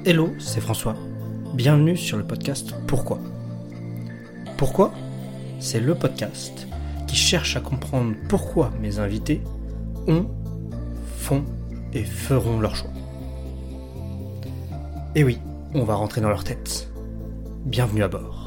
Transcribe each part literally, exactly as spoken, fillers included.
Hello, c'est François. Bienvenue sur le podcast Pourquoi. Pourquoi ? C'est le podcast qui cherche à comprendre pourquoi mes invités ont, font et feront leur choix. Et oui, on va rentrer dans leur tête. Bienvenue à bord.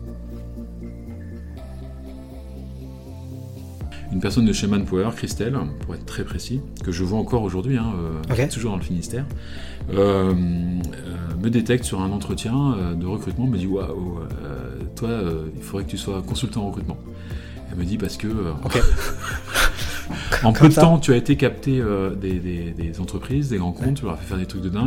Une personne de chez Manpower, Christelle, pour être très précis, que je vois encore aujourd'hui, hein, euh, Okay. toujours dans le Finistère, euh, euh, me détecte sur un entretien euh, de recrutement, me dit « Waouh, euh, toi, euh, il faudrait que tu sois consultant en recrutement. » Elle me dit « Parce que euh, Ok. en Comme peu de ça. temps, tu as été capter euh, des, des, des entreprises, des grands comptes, Ouais. tu leur as fait faire des trucs de dingue. »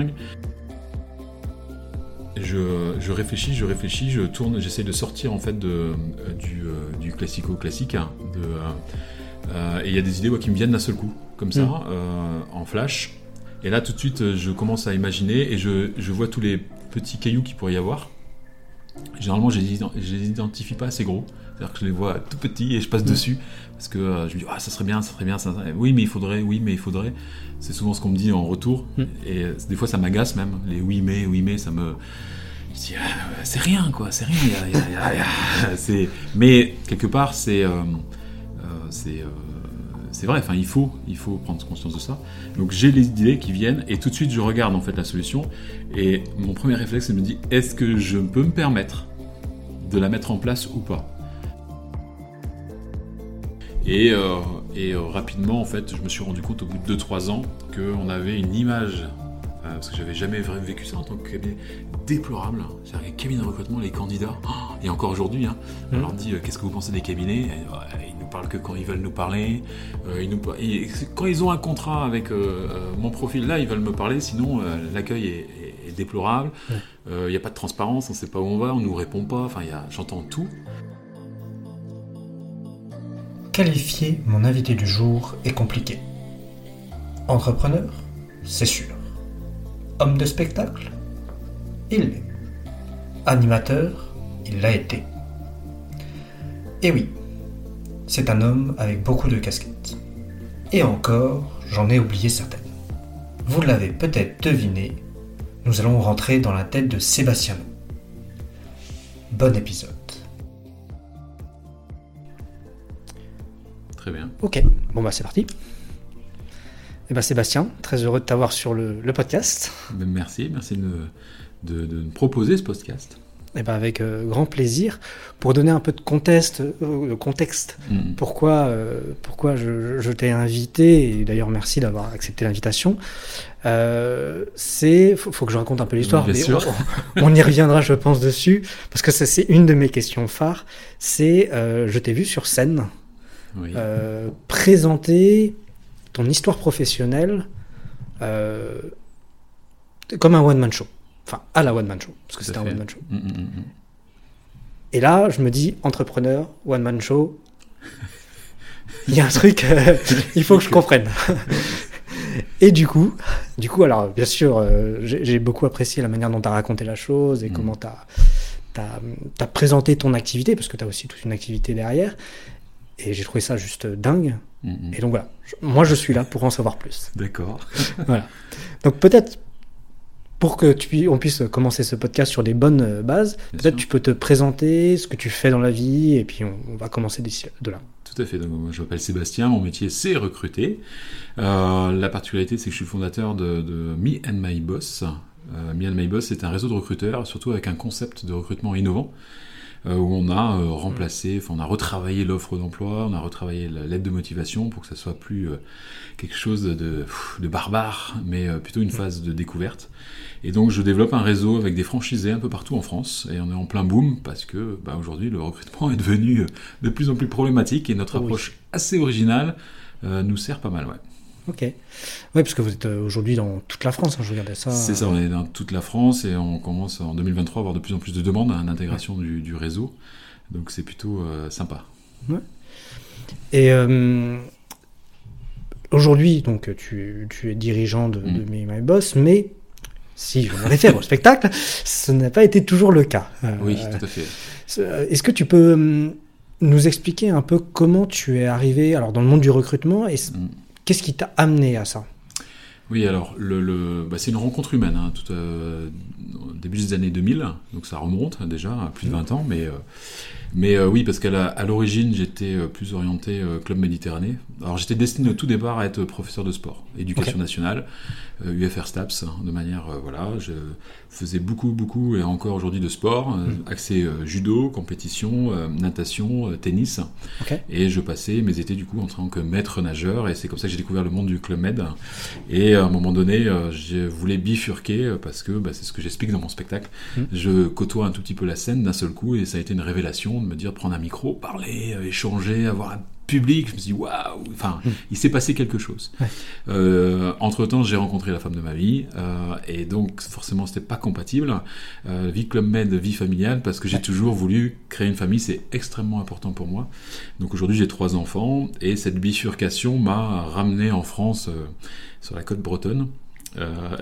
Je, je réfléchis, je réfléchis, je tourne, j'essaie de sortir en fait de, euh, du, euh, du classico-classique, hein, de... Euh, Euh, et il y a des idées ouais, qui me viennent d'un seul coup, comme ça, Mm. euh, en flash. Et là, tout de suite, je commence à imaginer et je, je vois tous les petits cailloux qu'il pourrait y avoir. Généralement, je les, ident- je les identifie pas assez gros. C'est-à-dire que je les vois tout petits et je passe Mm. dessus. Parce que euh, je me dis, ah, ça serait bien, ça serait bien, ça serait... Oui, mais il faudrait, oui, mais il faudrait. C'est souvent ce qu'on me dit en retour. Mm. Et euh, des fois, ça m'agace même. Les oui, mais, oui, mais, ça me... Je dis, ah, c'est rien, quoi, c'est rien. y a- y a- y a- y a- c'est... Mais, quelque part, c'est... Euh, euh, c'est... Euh, c'est vrai, enfin il faut, il faut prendre conscience de ça. Donc j'ai les idées qui viennent et tout de suite je regarde en fait la solution et mon premier réflexe c'est de me dire est-ce que je peux me permettre de la mettre en place ou pas. Et, euh, et euh, rapidement en fait je me suis rendu compte au bout de deux trois ans qu'on avait une image, euh, parce que j'avais jamais vraiment vécu ça en tant que cabinet, déplorable. C'est-à-dire les cabinets de recrutement, les candidats, oh, et encore aujourd'hui, hein, on Mm. leur dit euh, qu'est-ce que vous pensez des cabinets, et, euh, ils nous parlent que quand ils veulent nous parler, euh, ils nous, par- et quand ils ont un contrat avec euh, euh, mon profil là, ils veulent me parler, sinon euh, l'accueil est, est- est déplorable, il Ouais. n'y a pas de transparence, on ne sait pas où on va, on ne nous répond pas, enfin y a, j'entends tout. Qualifier mon invité du jour est compliqué. Entrepreneur, c'est sûr. Homme de spectacle, il l'est. Animateur, il l'a été. Et oui, c'est un homme avec beaucoup de casquettes. Et encore, j'en ai oublié certaines. Vous l'avez peut-être deviné, nous allons rentrer dans la tête de Sébastien. Bon épisode. Très bien. Ok, bon bah c'est parti. Eh ben Sébastien, très heureux de t'avoir sur le, le podcast. Ben, merci, merci de, de, de me proposer ce podcast. Eh ben avec euh, grand plaisir. Pour donner un peu de contexte, euh, de contexte Mm. pourquoi, euh, pourquoi je, je t'ai invité, et d'ailleurs merci d'avoir accepté l'invitation, euh, c'est... Faut, faut que je raconte un peu l'histoire, Bien mais sûr. on, on y reviendra je pense dessus, parce que ça, c'est une de mes questions phares, c'est euh, je t'ai vu sur scène Oui. euh, présenter ton histoire professionnelle euh, comme un one-man show. Enfin, à la one-man show, parce que Tout c'était à un fait. one-man show. Mm, mm, mm. Et là, je me dis, entrepreneur, one-man show, il y a un truc, euh, il faut que je comprenne. Et du coup, du coup, alors, bien sûr, euh, j'ai, j'ai beaucoup apprécié la manière dont tu as raconté la chose et Mm. comment tu as présenté ton activité, parce que tu as aussi toute une activité derrière. Et j'ai trouvé ça juste dingue. Mm, mm. Et donc voilà, je- moi je suis là pour en savoir plus. D'accord. Voilà. Donc peut-être, pour que tu, pu- on puisse commencer ce podcast sur des bonnes euh, bases, Bien peut-être sûr. tu peux te présenter, ce que tu fais dans la vie, et puis on, on va commencer d'ici, de là. Tout à fait. Donc, moi, je m'appelle Sébastien. Mon métier, c'est recruter. Euh, la particularité, c'est que je suis le fondateur de, de Me and My Boss. Euh, Me and My Boss, c'est un réseau de recruteurs, surtout avec un concept de recrutement innovant, euh, où on a euh, remplacé, enfin, on a retravaillé l'offre d'emploi, on a retravaillé la lettre de motivation pour que ça soit plus euh, quelque chose de, de barbare, mais euh, plutôt une phase de découverte. Et donc, je développe un réseau avec des franchisés un peu partout en France, et on est en plein boom parce que, bah, aujourd'hui, le recrutement est devenu de plus en plus problématique et notre Oui. approche assez originale euh, nous sert pas mal, ouais. Ok. Oui, parce que vous êtes euh, aujourd'hui dans toute la France, hein, je regardais ça. C'est ça, on est dans toute la France et on commence en deux mille vingt-trois à avoir de plus en plus de demandes à l'intégration du, du réseau. Donc c'est plutôt euh, sympa. Et euh, aujourd'hui, donc, tu, tu es dirigeant de, Mm. de Me and My Boss, mais si je me réfère au spectacle, ce n'a pas été toujours le cas. Euh, Oui, tout à fait. Est-ce que tu peux hum, nous expliquer un peu comment tu es arrivé alors, dans le monde du recrutement et Mm. qu'est-ce qui t'a amené à ça ? Oui, alors, le, le, bah, c'est une rencontre humaine. Hein, tout, euh, début des années deux mille, donc ça remonte déjà à plus de vingt ans, mais, euh, mais euh, oui, parce qu'à la, à l'origine, j'étais plus orienté euh, Club Méditerranée. Alors j'étais destiné au tout départ à être professeur de sport, éducation okay. nationale, euh, U F R STAPS, de manière, euh, voilà, je faisais beaucoup, beaucoup, et encore aujourd'hui de sport, euh, mmh. accès euh, judo, compétition, euh, natation, euh, tennis, okay. et je passais mes étés du coup en tant que maître nageur, et c'est comme ça que j'ai découvert le monde du Club Med, et à un moment donné, euh, je voulais bifurquer, parce que bah, c'est ce que j'explique dans mon spectacle, mmh. je côtoie un tout petit peu la scène d'un seul coup, et ça a été une révélation de me dire, prendre un micro, parler, euh, échanger, avoir un public, je me suis dit waouh, enfin, mmh. il s'est passé quelque chose. Ouais. Euh, entre-temps, j'ai rencontré la femme de ma vie, euh, et donc forcément, c'était pas compatible. Euh, vie Club Med, vie familiale, parce que j'ai ouais. toujours voulu créer une famille, c'est extrêmement important pour moi. Donc aujourd'hui, j'ai trois enfants, et cette bifurcation m'a ramené en France, euh, sur la côte bretonne. Euh,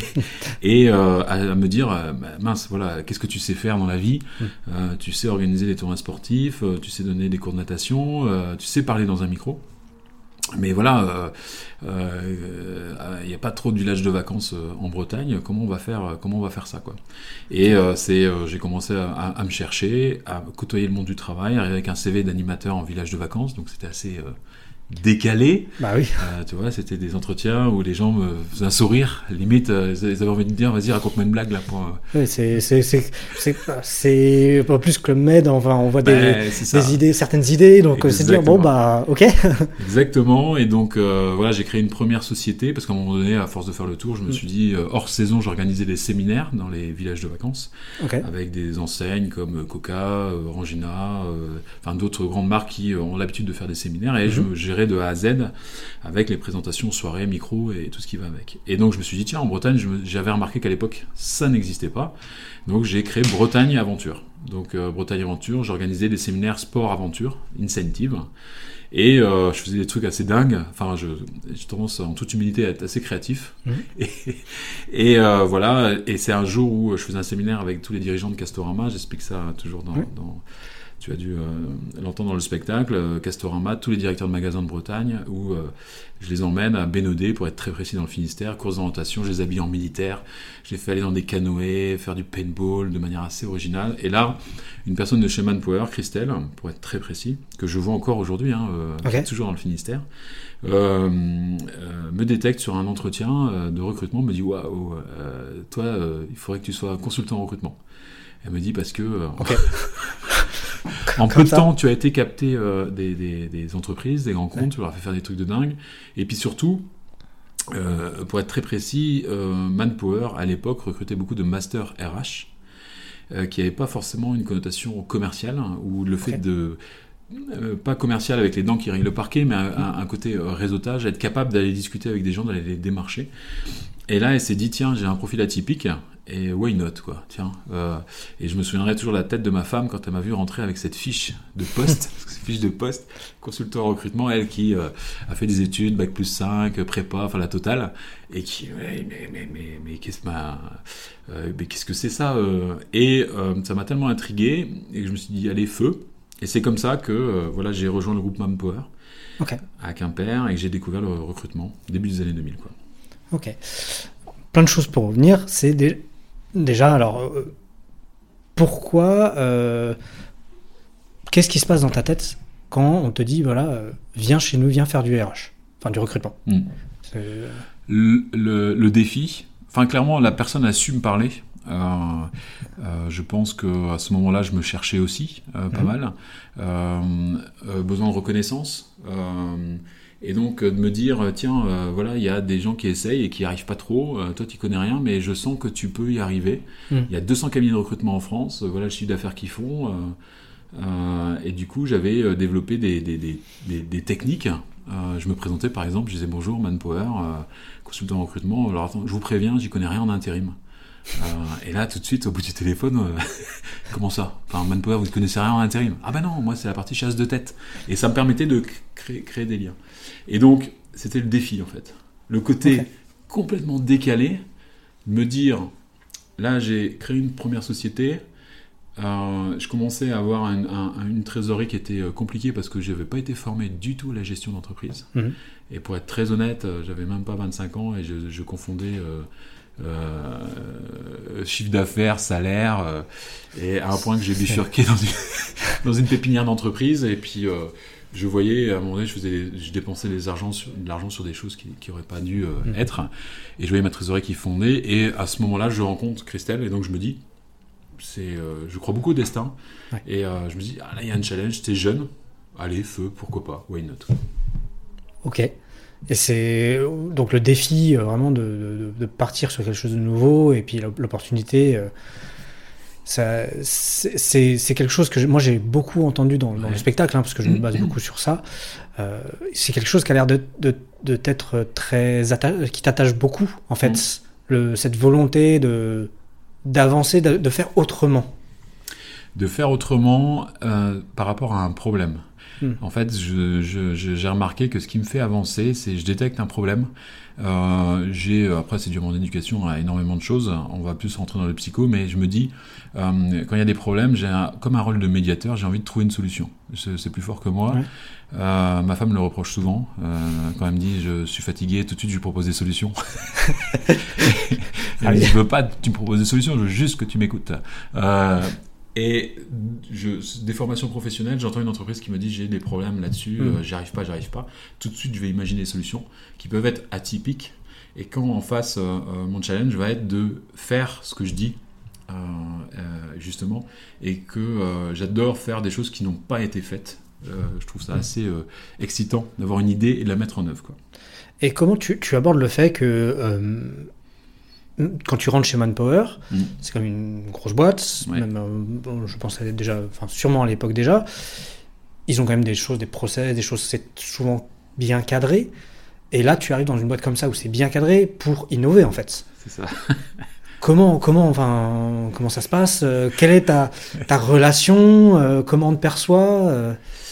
et euh, à, à me dire euh, mince voilà, qu'est-ce que tu sais faire dans la vie, mmh. euh, tu sais organiser des tournois sportifs, euh, tu sais donner des cours de natation, euh, tu sais parler dans un micro, mais voilà, il euh, euh, n'y a pas trop de villages de vacances euh, en Bretagne, comment on va faire comment on va faire ça quoi. Et euh, c'est euh, j'ai commencé à, à, à me chercher, à côtoyer le monde du travail, arriver avec un C V d'animateur en village de vacances, donc c'était assez euh, décalé. Bah oui. Euh, tu vois, c'était des entretiens où les gens me faisaient un sourire, limite, euh, ils avaient envie de dire, vas-y, raconte-moi une blague là. Pour, euh... Oui, c'est c'est c'est c'est c'est en plus Club Med, enfin, on voit des, ben, des idées, certaines idées, donc Exactement. C'est dire bon bah ok. Exactement. Et donc euh, voilà, j'ai créé une première société parce qu'à un moment donné, à force de faire le tour, je me suis dit euh, hors saison, j'organisais des séminaires dans les villages de vacances okay. avec des enseignes comme Coca, Orangina, euh, enfin d'autres grandes marques qui ont l'habitude de faire des séminaires et mm-hmm. je j'ai de A à Z avec les présentations, soirées, micro et tout ce qui va avec. Et donc je me suis dit tiens, en Bretagne, je me, j'avais remarqué qu'à l'époque ça n'existait pas, donc j'ai créé Bretagne Aventure. Donc euh, Bretagne Aventure, j'organisais des séminaires sport aventure, incentive, et euh, je faisais des trucs assez dingues. Enfin, je, j'ai tendance en toute humilité à être assez créatif. Mmh. Et, et euh, voilà. Et c'est un jour où je faisais un séminaire avec tous les dirigeants de Castorama. J'explique ça toujours dans. Mmh. dans Tu as dû euh, l'entendre dans le spectacle, euh, Castorama, tous les directeurs de magasins de Bretagne, où euh, je les emmène à Bénodet, pour être très précis dans le Finistère, course d'orientation, je les habille en militaire, je les fais aller dans des canoës, faire du paintball de manière assez originale. Et là, une personne de chez Manpower, Christelle, pour être très précis, que je vois encore aujourd'hui, hein, euh, okay. toujours dans le Finistère, euh, euh, me détecte sur un entretien euh, de recrutement, me dit waouh, euh, toi, euh, il faudrait que tu sois consultant en recrutement. Elle me dit parce que euh, okay. en peu de temps, tu as été capter euh, des, des, des entreprises, des grands comptes, ouais. tu leur as fait faire des trucs de dingue. Et puis surtout, euh, pour être très précis, euh, Manpower, à l'époque, recrutait beaucoup de master R H, euh, qui n'avaient pas forcément une connotation commerciale, hein, ou le fait okay. de... Euh, pas commercial avec les dents qui rayent le parquet, mais un, un, un côté euh, réseautage, être capable d'aller discuter avec des gens, d'aller les démarcher. Et là, elle s'est dit, tiens, j'ai un profil atypique, et why not, quoi, tiens. Euh, et je me souviendrai toujours de la tête de ma femme quand elle m'a vu rentrer avec cette fiche de poste, fiche de poste, consultant en recrutement, elle qui euh, a fait des études, bac plus cinq, prépa, enfin la totale, et qui, mais, mais, mais, mais, mais, qu'est-ce, ma, euh, mais qu'est-ce que c'est ça euh, Et euh, ça m'a tellement intrigué, et que je me suis dit, allez, feu. Et c'est comme ça que euh, voilà, j'ai rejoint le groupe Manpower okay. à Quimper, et que j'ai découvert le recrutement, début des années deux mille, quoi. Ok. Plein de choses pour revenir. C'est des... déjà, alors, euh, pourquoi, euh, qu'est-ce qui se passe dans ta tête quand on te dit, voilà, euh, viens chez nous, viens faire du R H, enfin du recrutement. Mmh. Le, le, le défi, enfin clairement, la personne a su me parler. Euh, euh, je pense qu'à ce moment-là, je me cherchais aussi, euh, pas mmh. mal. Euh, euh, besoin de reconnaissance. Euh, Et donc euh, de me dire, tiens, euh, voilà, il y a des gens qui essayent et qui n'y arrivent pas trop, euh, toi tu connais rien, mais je sens que tu peux y arriver. Mm. Il y a deux cents cabinets de recrutement en France, euh, voilà le chiffre d'affaires qu'ils font. Euh, euh, et du coup, j'avais euh, développé des, des, des, des, des techniques. Euh, je me présentais par exemple, je disais bonjour, Manpower, euh, consultant en recrutement. Alors attends, je vous préviens, j'y connais rien en intérim. Euh, et là, tout de suite, au bout du téléphone, euh, comment ça ? Enfin, Manpower, vous ne connaissez rien en intérim ? Ah ben non, moi c'est la partie chasse de tête. Et ça me permettait de créer, créer des liens. Et donc, c'était le défi en fait. Le côté okay. complètement décalé, me dire, là j'ai créé une première société, euh, je commençais à avoir un, un, une trésorerie qui était compliquée parce que je n'avais pas été formé du tout à la gestion d'entreprise. Mmh. Et pour être très honnête, j'avais même pas vingt-cinq ans et je, je confondais... Euh, Euh, euh, chiffre d'affaires, salaire, euh, et à un point que j'ai bifurqué dans une, dans une pépinière d'entreprise, et puis euh, je voyais, à un moment donné, je, faisais, je dépensais des argent sur, de l'argent sur des choses qui n'auraient pas dû euh, mmh. être, et je voyais ma trésorerie qui fondait, et à ce moment-là, je rencontre Christelle, et donc je me dis, c'est, euh, je crois beaucoup au destin, ouais. et euh, je me dis, ah, là, il y a un challenge, t'es jeune, allez, feu, pourquoi pas, why not. Ok. Et c'est donc le défi, euh, vraiment, de, de, de partir sur quelque chose de nouveau, et puis l'opportunité... Euh, Ça, c'est, c'est, c'est quelque chose que je, moi j'ai beaucoup entendu dans, dans ouais. le spectacle, hein, parce que je me base beaucoup sur ça. Euh, c'est quelque chose qui a l'air de, de, de t'être très atta- qui t'attache beaucoup, en fait, mmh. le, cette volonté de, d'avancer, de, de faire autrement. De faire autrement euh, par rapport à un problème. Mmh. En fait, je, je, je, j'ai remarqué que ce qui me fait avancer, c'est je détecte un problème. Euh, j'ai, après, c'est dû à mon éducation à énormément de choses. On va plus rentrer dans le psycho, mais je me dis, euh, quand il y a des problèmes, j'ai un, comme un rôle de médiateur, j'ai envie de trouver une solution. C'est, c'est plus fort que moi. Ouais. Euh, ma femme me le reproche souvent. Euh, quand elle me dit, je suis fatigué, tout de suite, je lui propose des solutions. Elle me dit, je veux pas que tu me proposes des solutions, je veux juste que tu m'écoutes. Euh, Et je, des formations professionnelles, j'entends une entreprise qui me dit j'ai des problèmes là-dessus, mmh. euh, j'y arrive pas, j'y arrive pas. Tout de suite, je vais imaginer des solutions qui peuvent être atypiques. Et quand en face, euh, euh, mon challenge va être de faire ce que je dis, euh, euh, justement, et que euh, j'adore faire des choses qui n'ont pas été faites. Euh, je trouve ça mmh. assez euh, excitant d'avoir une idée et de la mettre en œuvre, quoi. Et comment tu, tu abordes le fait que... Euh... Quand tu rentres chez Manpower, mmh. c'est comme une grosse boîte, ouais. même, euh, je pense déjà, enfin sûrement à l'époque déjà, ils ont quand même des choses, des process, des choses, c'est souvent bien cadré. Et là, tu arrives dans une boîte comme ça où c'est bien cadré pour innover en fait. C'est ça. comment, comment, enfin, comment ça se passe ? Quelle est ta, ta relation ? euh, Comment on te perçoit ? euh...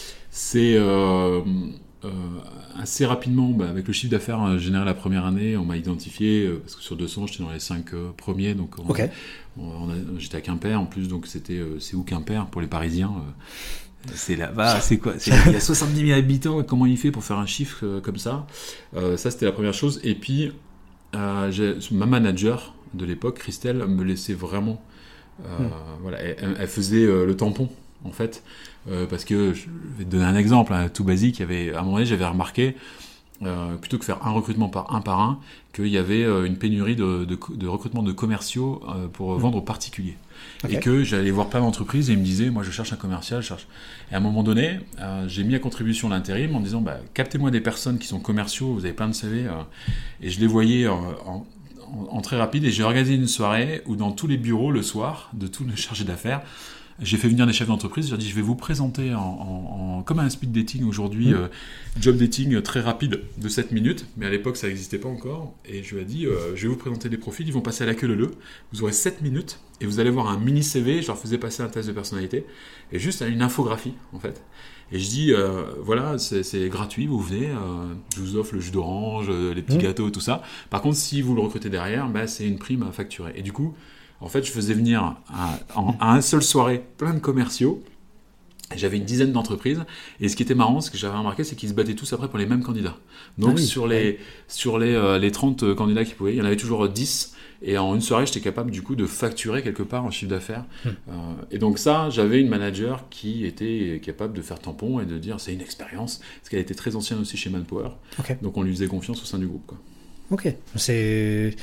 C'est euh, euh, assez rapidement, bah, avec le chiffre d'affaires euh, généré la première année, on m'a identifié, euh, parce que sur deux cents, j'étais dans les cinq euh, premiers, donc on, okay. on, on a, j'étais à Quimper, en plus, donc c'était, euh, c'est où Quimper pour les Parisiens euh, c'est là-bas, c'est quoi c'est, il y a soixante-dix mille habitants, comment il fait pour faire un chiffre euh, comme ça euh, Ça, c'était la première chose. Et puis, euh, j'ai, ma manager de l'époque, Christelle, me laissait vraiment... Euh, hmm. voilà, elle, elle faisait euh, le tampon, en fait. Euh, parce que, je vais te donner un exemple, hein, tout basique, il y avait, à un moment donné, j'avais remarqué, euh, plutôt que faire un recrutement par un par un, qu'il y avait euh, une pénurie de, de, de recrutement de commerciaux euh, pour mmh. vendre aux particuliers. Okay. Et que j'allais voir plein d'entreprises et ils me disaient, moi je cherche un commercial, je cherche... Et à un moment donné, euh, j'ai mis à contribution l'intérim en disant, bah, captez-moi des personnes qui sont commerciaux, vous avez plein de C V, euh, et je les voyais en, en, en, en très rapide, et j'ai organisé une soirée où dans tous les bureaux, le soir, de tous les chargés d'affaires, j'ai fait venir des chefs d'entreprise, j'ai dit je vais vous présenter en, en, en, comme un speed dating aujourd'hui, mmh. euh, job dating très rapide de sept minutes, mais à l'époque ça n'existait pas encore, et je lui ai dit euh, je vais vous présenter des profils, ils vont passer à la queue leu leu, vous aurez sept minutes, et vous allez voir un mini C V, je leur faisais passer un test de personnalité, et juste une infographie en fait. Et je dis, euh, voilà, c'est, c'est gratuit, vous venez, euh, je vous offre le jus d'orange, euh, les petits mmh. gâteaux, tout ça. Par contre, si vous le recrutez derrière, bah, c'est une prime à facturer. Et du coup, en fait, je faisais venir à, à, à un seule soirée plein de commerciaux. J'avais une dizaine d'entreprises. Et ce qui était marrant, ce que j'avais remarqué, c'est qu'ils se battaient tous après pour les mêmes candidats. Donc, ah oui, sur, les, oui. sur les, euh, les trente candidats qui pouvaient, il y en avait toujours dix. Et en une soirée, j'étais capable du coup de facturer quelque part un chiffre d'affaires. Mmh. Euh, et donc ça, j'avais une manager qui était capable de faire tampon et de dire c'est une expérience. Parce qu'elle était très ancienne aussi chez Manpower. Okay. Donc on lui faisait confiance au sein du groupe, quoi. Ok. C'est...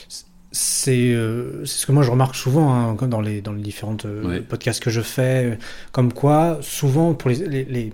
C'est, euh, c'est ce que moi je remarque souvent hein, dans les dans les différents euh, ouais. podcasts que je fais, comme quoi souvent pour les les, les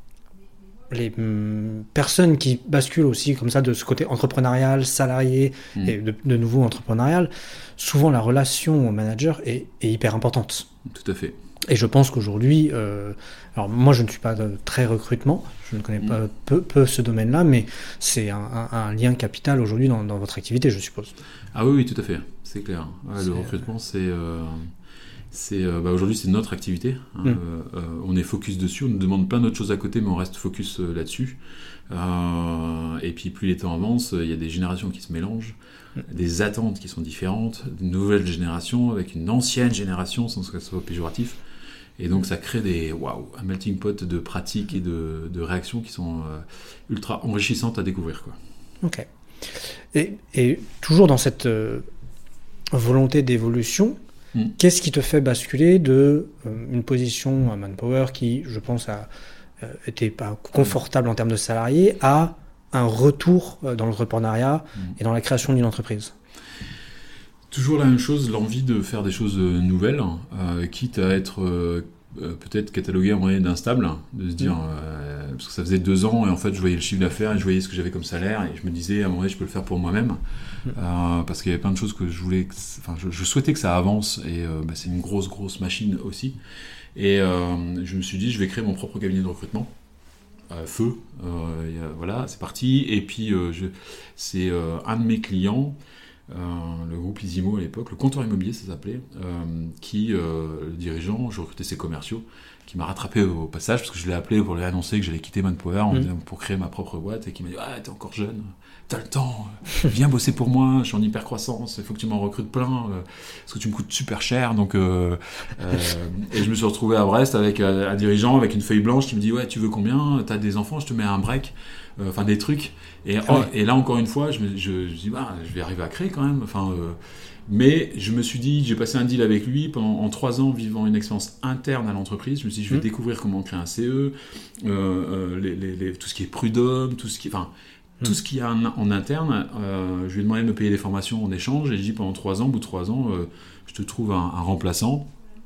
les personnes qui basculent aussi comme ça de ce côté entrepreneurial, salarié mmh. et de, de nouveau entrepreneurial, souvent la relation au manager est, est hyper importante. Tout à fait. Et je pense qu'aujourd'hui, euh, alors moi je ne suis pas de très recrutement, je ne connais mmh. pas peu, peu ce domaine-là, mais c'est un, un, un lien capital aujourd'hui dans, dans votre activité, je suppose. Ah oui, oui, tout à fait, c'est clair. Ouais, c'est... Le recrutement, c'est, euh, c'est euh, bah aujourd'hui c'est notre activité. Hein, mmh. euh, euh, on est focus dessus, on nous demande plein d'autres choses à côté, mais on reste focus euh, là-dessus. Euh, et puis plus les temps avancent, il y a des générations qui se mélangent, mmh. des attentes qui sont différentes, de nouvelles générations avec une ancienne génération, sans que ce soit péjoratif. Et donc ça crée des waouh, un melting pot de pratiques et de, de réactions qui sont euh, ultra enrichissantes à découvrir, quoi. Ok. Et, et toujours dans cette euh, volonté d'évolution. Mmh. Qu'est-ce qui te fait basculer de euh, une position à Manpower qui, je pense, a euh, été pas confortable en termes de salarié à un retour euh, dans l'entrepreneuriat mmh. et dans la création d'une entreprise? Toujours la même chose, l'envie de faire des choses nouvelles, euh, quitte à être euh, peut-être catalogué en moyen d'instable, de se dire, mmh. euh, parce que ça faisait deux ans et en fait je voyais le chiffre d'affaires et je voyais ce que j'avais comme salaire et je me disais à un moment donné je peux le faire pour moi-même, mmh. euh, parce qu'il y avait plein de choses que je voulais, que, enfin je, je souhaitais que ça avance et euh, bah, c'est une grosse grosse machine aussi et euh, je me suis dit je vais créer mon propre cabinet de recrutement. Euh, feu, euh, et, euh, voilà c'est parti et puis euh, je, c'est euh, un de mes clients. Euh, le groupe Lisimo à l'époque, le comptoir immobilier ça s'appelait, euh, qui, euh, le dirigeant, je recrutais ses commerciaux, qui m'a rattrapé au, au passage parce que je l'ai appelé pour lui annoncer que j'allais quitter Manpower mmh. pour créer ma propre boîte et qui m'a dit ah t'es encore jeune, t'as le temps, viens bosser pour moi, je suis en hyper croissance, il faut que tu m'en recrutes plein euh, parce que tu me coûtes super cher donc euh, euh, et je me suis retrouvé à Brest avec un, un dirigeant avec une feuille blanche qui me dit ouais tu veux combien, t'as des enfants, je te mets un break. Enfin euh, des trucs et, ah ouais. et là encore une fois je me je, je dis bah, je vais arriver à créer quand même enfin euh, mais je me suis dit j'ai passé un deal avec lui pendant en trois ans vivant une expérience interne à l'entreprise. Je me suis dit je vais mmh. découvrir comment créer un C E euh, euh, les, les, les, tout ce qui est prud'homme tout ce qui enfin mmh. tout ce qu'il y a en, en interne euh, je lui ai demandé de me payer des formations en échange et je dis pendant trois ans au bout de trois ans euh, je te trouve un, un remplaçant.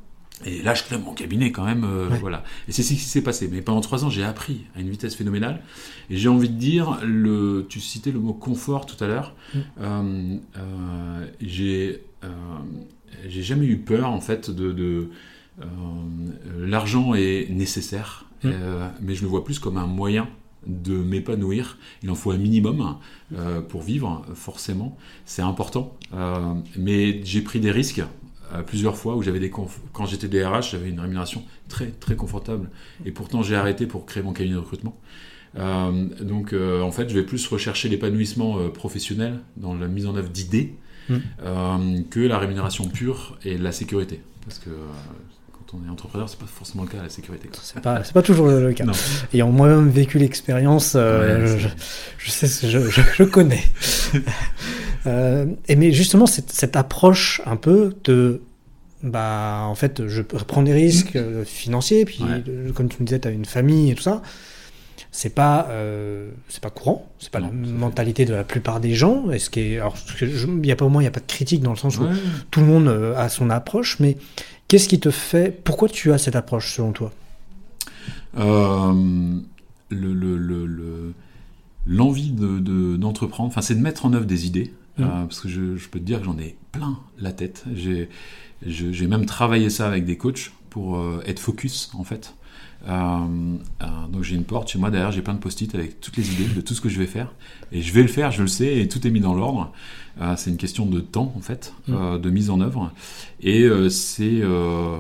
Et là, je crée mon cabinet quand même, euh, ouais. voilà. Et c'est ce qui s'est passé. Mais pendant trois ans, j'ai appris à une vitesse phénoménale. Et j'ai envie de dire, le, tu citais le mot confort tout à l'heure. Mm. Euh, euh, j'ai, euh, j'ai jamais eu peur en fait de, de euh, l'argent est nécessaire, mm. euh, mais je le vois plus comme un moyen de m'épanouir. Il en faut un minimum euh, pour vivre, forcément. C'est important. Euh, mais j'ai pris des risques. Euh, plusieurs fois où j'avais des conf... quand j'étais D R H j'avais une rémunération très très confortable et pourtant j'ai arrêté pour créer mon cabinet de recrutement euh, donc euh, en fait je vais plus rechercher l'épanouissement euh, professionnel dans la mise en œuvre d'idées mmh. euh, que la rémunération pure et la sécurité parce que euh, quand on est entrepreneur c'est pas forcément le cas la sécurité quoi. c'est pas c'est pas toujours le cas. Non. Ayant moi-même vécu l'expérience euh, ouais, je, je sais je, je, je connais. Euh, et mais justement cette, cette approche un peu de bah en fait je prends des risques euh, financiers puis ouais. euh, comme tu me disais tu as une famille et tout ça c'est pas euh, c'est pas courant c'est pas non, la mentalité fait. De la plupart des gens et ce qui est alors il y a pas au moins il y a pas de critique dans le sens où ouais. tout le monde euh, a son approche mais qu'est-ce qui te fait pourquoi tu as cette approche selon toi? euh, le, le, le, le l'envie de, de, d'entreprendre enfin c'est de mettre en œuvre des idées. Mmh. Euh, parce que je, je peux te dire que j'en ai plein la tête. J'ai, je, j'ai même travaillé ça avec des coachs pour euh, être focus en fait. Euh, euh, donc j'ai une porte chez moi derrière, j'ai plein de post-it avec toutes les idées de tout ce que je vais faire et je vais le faire, je le sais et tout est mis dans l'ordre. Euh, c'est une question de temps en fait, mmh. euh, de mise en œuvre et euh, c'est, euh, euh,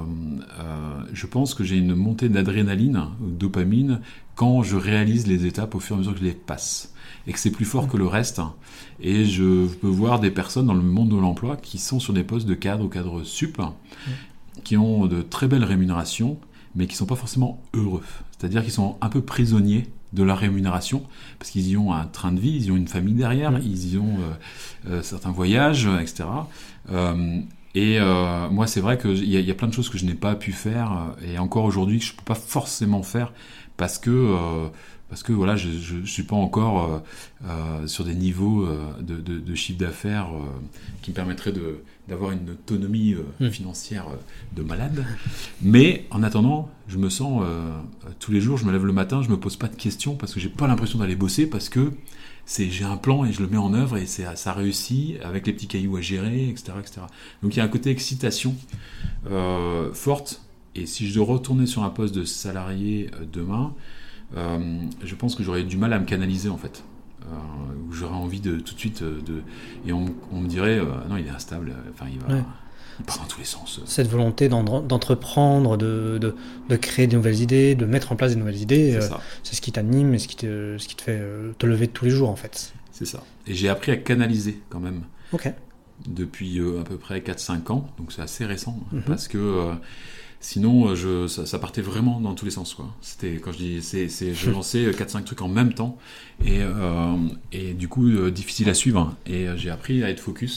je pense que j'ai une montée d'adrénaline, de dopamine quand je réalise les étapes au fur et à mesure que je les passe. Et que c'est plus fort que le reste. Et je peux voir des personnes dans le monde de l'emploi qui sont sur des postes de cadre ou cadre sup, mmh. qui ont de très belles rémunérations, mais qui ne sont pas forcément heureux. C'est-à-dire qu'ils sont un peu prisonniers de la rémunération, parce qu'ils y ont un train de vie, ils y ont une famille derrière, mmh. ils y ont euh, euh, certains voyages, et cetera. Euh, et euh, moi, c'est vrai qu'il y, y a plein de choses que je n'ai pas pu faire, et encore aujourd'hui, que je ne peux pas forcément faire, parce que... Euh, Parce que voilà, je ne suis pas encore euh, euh, sur des niveaux euh, de, de, de chiffre d'affaires euh, qui me permettraient de, d'avoir une autonomie euh, mmh. financière euh, de malade. Mais en attendant, je me sens euh, tous les jours, je me lève le matin, je me pose pas de questions parce que j'ai pas l'impression d'aller bosser parce que c'est, j'ai un plan et je le mets en œuvre et c'est, ça réussit avec les petits cailloux à gérer, et cetera, et cetera. Donc il y a un côté excitation euh, forte. Et si je dois retourner sur un poste de salarié euh, demain, Euh, je pense que j'aurais du mal à me canaliser en fait. Euh, j'aurais envie de tout de suite euh, de et on, on me dirait euh, non il est instable. Enfin il va ouais. il part dans tous les sens. Cette volonté d'entreprendre, de, de, de créer de nouvelles idées, de mettre en place des nouvelles idées, c'est, euh, c'est ce qui t'anime et ce qui te ce qui te fait euh, te lever tous les jours en fait. C'est ça. Et j'ai appris à canaliser quand même. Ok. Depuis euh, à peu près quatre cinq ans, donc c'est assez récent mm-hmm. parce que euh, sinon, je, ça, ça partait vraiment dans tous les sens, quoi. C'était, quand je dis, c'est, c'est, je lançais quatre cinq trucs en même temps, et, euh, et du coup, euh, difficile à suivre. Et euh, j'ai appris à être focus.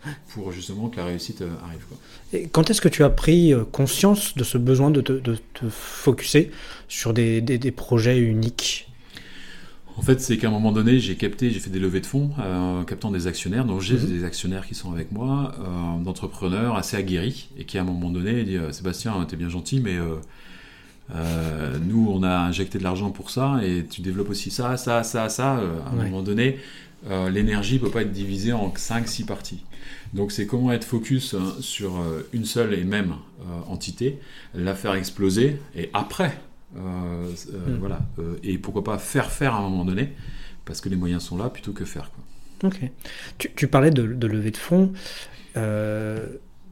pour justement que la réussite euh, arrive, quoi. Et quand est-ce que tu as pris conscience de ce besoin de te, de te focuser sur des, des, des projets uniques ? En fait, c'est qu'à un moment donné, j'ai capté, j'ai fait des levées de fonds, euh, captant des actionnaires. Donc, j'ai mmh. des actionnaires qui sont avec moi, euh, d'entrepreneurs assez aguerris, et qui, à un moment donné, disent « Sébastien, t'es bien gentil, mais euh, euh, nous, on a injecté de l'argent pour ça, et tu développes aussi ça, ça, ça, ça. Euh, » À un ouais. moment donné, euh, l'énergie ne peut pas être divisée en cinq six parties. Donc, c'est comment être focus hein, sur euh, une seule et même euh, entité, la faire exploser, et après... Euh, euh, mmh. voilà euh, et pourquoi pas faire faire à un moment donné parce que les moyens sont là plutôt que faire, quoi. Ok. Tu, tu parlais de, de levée de fonds. Euh,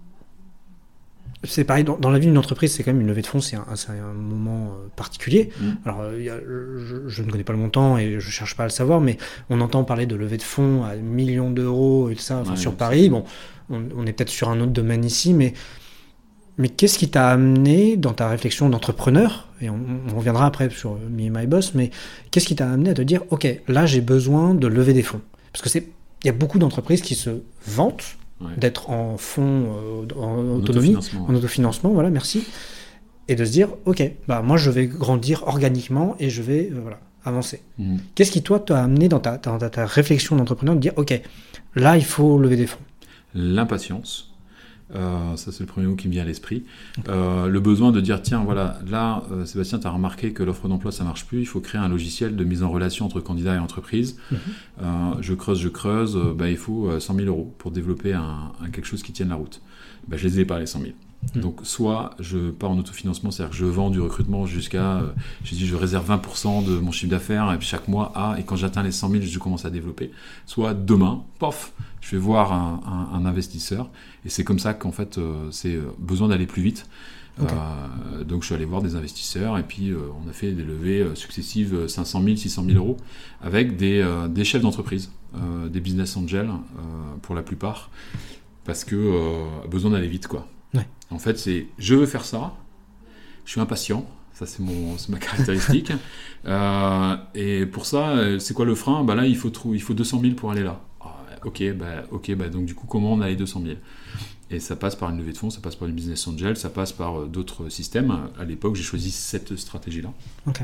c'est pareil dans, dans la vie d'une entreprise, c'est quand même une levée de fonds, c'est un, c'est un moment particulier. Mmh. Alors y a, je, je ne connais pas le montant et je cherche pas à le savoir, mais on entend parler de levée de fonds à millions d'euros et tout ça, enfin, ouais, sur Paris. Bon, on, on est peut-être sur un autre domaine ici, mais Mais qu'est-ce qui t'a amené dans ta réflexion d'entrepreneur, et on, on reviendra après sur Me and My Boss, mais qu'est-ce qui t'a amené à te dire, ok, là j'ai besoin de lever des fonds? Parce que c'est, il y a beaucoup d'entreprises qui se vantent ouais. d'être en fonds, euh, en, en autonomie, autofinancement, en autofinancement, voilà, merci, et de se dire, ok, bah moi je vais grandir organiquement et je vais, euh, voilà, avancer. Mmh. Qu'est-ce qui toi t'a amené dans ta, ta, ta, ta réflexion d'entrepreneur de dire, ok, là il faut lever des fonds? L'impatience. Euh, ça c'est le premier mot qui me vient à l'esprit. Euh, le besoin de dire tiens voilà là euh, Sébastien tu as remarqué que l'offre d'emploi ça marche plus, il faut créer un logiciel de mise en relation entre candidats et entreprises. Mm-hmm. euh, je creuse je creuse euh, bah, il faut euh, cent mille euros pour développer un, un quelque chose qui tienne la route. Bah, je les ai pas les cent mille. Mm-hmm. Donc soit je pars en autofinancement, c'est-à-dire que je vends du recrutement jusqu'à euh, j'ai dit je réserve vingt pour cent de mon chiffre d'affaires et puis chaque mois ah, et quand j'atteins les cent mille je commence à développer. Soit demain pof je vais voir un, un, un investisseur et c'est comme ça qu'en fait euh, c'est euh, besoin d'aller plus vite. Okay. Euh, donc je suis allé voir des investisseurs et puis euh, on a fait des levées euh, successives cinq cent mille, six cent mille euros avec des, euh, des chefs d'entreprise, euh, des business angels euh, pour la plupart parce que euh, besoin d'aller vite, quoi. Ouais. En fait c'est je veux faire ça, je suis impatient. Ça, c'est, mon, c'est ma caractéristique. euh, et pour ça, c'est quoi le frein? Bah là, il faut, trou- il faut deux cent mille pour aller là. Ok, bah, ok, bah, donc du coup, comment on a les deux cent mille? Et ça passe par une levée de fonds, ça passe par une business angel, ça passe par euh, d'autres systèmes. À l'époque, j'ai choisi cette stratégie-là. Ok.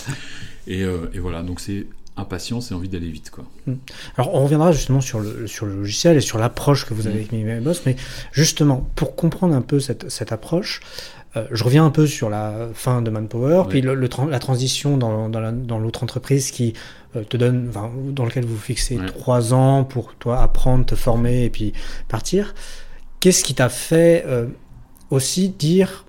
Et, euh, et voilà, donc c'est impatience et envie d'aller vite, quoi. Alors, on reviendra justement sur le, sur le logiciel et sur l'approche que vous avez mmh. avec Me and My Boss, mais justement, pour comprendre un peu cette, cette approche, euh, je reviens un peu sur la fin de Manpower, oui. puis le, le, la transition dans, dans, la, dans l'autre entreprise qui euh, te donne, enfin, dans lequel vous fixez oui. trois ans pour toi apprendre, te former et puis partir. Qu'est-ce qui t'a fait euh, aussi dire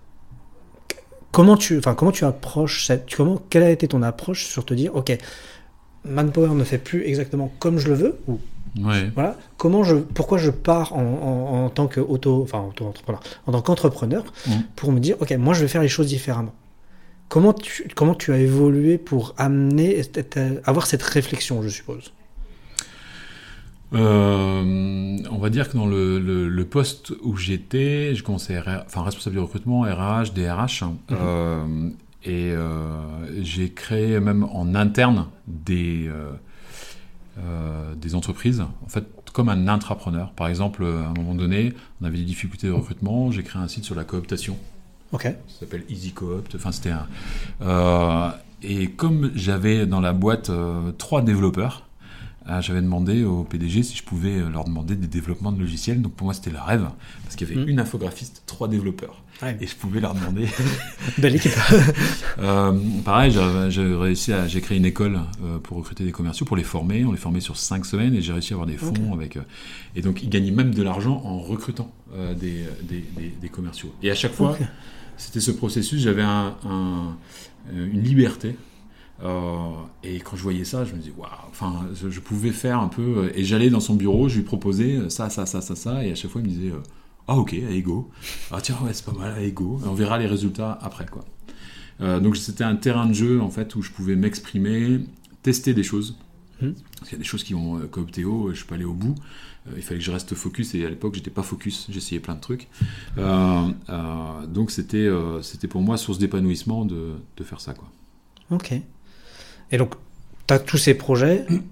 comment tu, enfin, comment tu approches cette, comment, quelle a été ton approche sur te dire, ok, Manpower ne fait plus exactement comme je le veux, ou ouais. voilà, comment je, pourquoi je pars en, en, en tant que auto, enfin auto-entrepreneur, en tant qu'entrepreneur, mmh. pour me dire, ok, moi je vais faire les choses différemment. Comment tu, comment tu as évolué pour amener, avoir cette réflexion, je suppose? Euh, on va dire que dans le, le, le poste où j'étais, j'ai commencé R H, enfin responsable du recrutement, R H, D R H, mmh. euh, et euh, j'ai créé même en interne des euh, euh, des entreprises, en fait, comme un intrapreneur. Par exemple, à un moment donné, on avait des difficultés de recrutement, j'ai créé un site sur la cooptation. Ok. Ça s'appelle Easy Coopt. Enfin, c'était un. Euh, et comme j'avais dans la boîte euh, trois développeurs. Ah, j'avais demandé au P D G si je pouvais leur demander des développements de logiciels. Donc pour moi, c'était le rêve. Parce qu'il y avait mmh. une infographiste, trois développeurs. Ouais. Et je pouvais leur demander. Belle équipe. euh, pareil, j'ai, j'ai réussi à. J'ai créé une école euh, pour recruter des commerciaux, pour les former. On les formait sur cinq semaines et j'ai réussi à avoir des fonds okay. avec. Euh, et donc, ils gagnaient même de l'argent en recrutant euh, des, des, des, des commerciaux. Et à chaque fois, okay. c'était ce processus. J'avais un, un, une liberté. Euh, et quand je voyais ça, je me disais waouh, enfin, je, je pouvais faire un peu. Et j'allais dans son bureau, je lui proposais ça, ça, ça, ça, ça, et à chaque fois il me disait ah ok, allez go. Ah tiens, ouais, c'est pas mal, allez go. Et on verra les résultats après, quoi. Euh, donc c'était un terrain de jeu en fait où je pouvais m'exprimer, tester des choses. Mmh. Parce qu'il y a des choses qui vont euh, cooptéo, je suis pas allé au bout. Euh, il fallait que je reste focus et à l'époque j'étais pas focus, j'essayais plein de trucs. Euh, euh, donc c'était, euh, c'était pour moi source d'épanouissement de, de faire ça, quoi. Ok. Et donc, tu as tous ces projets,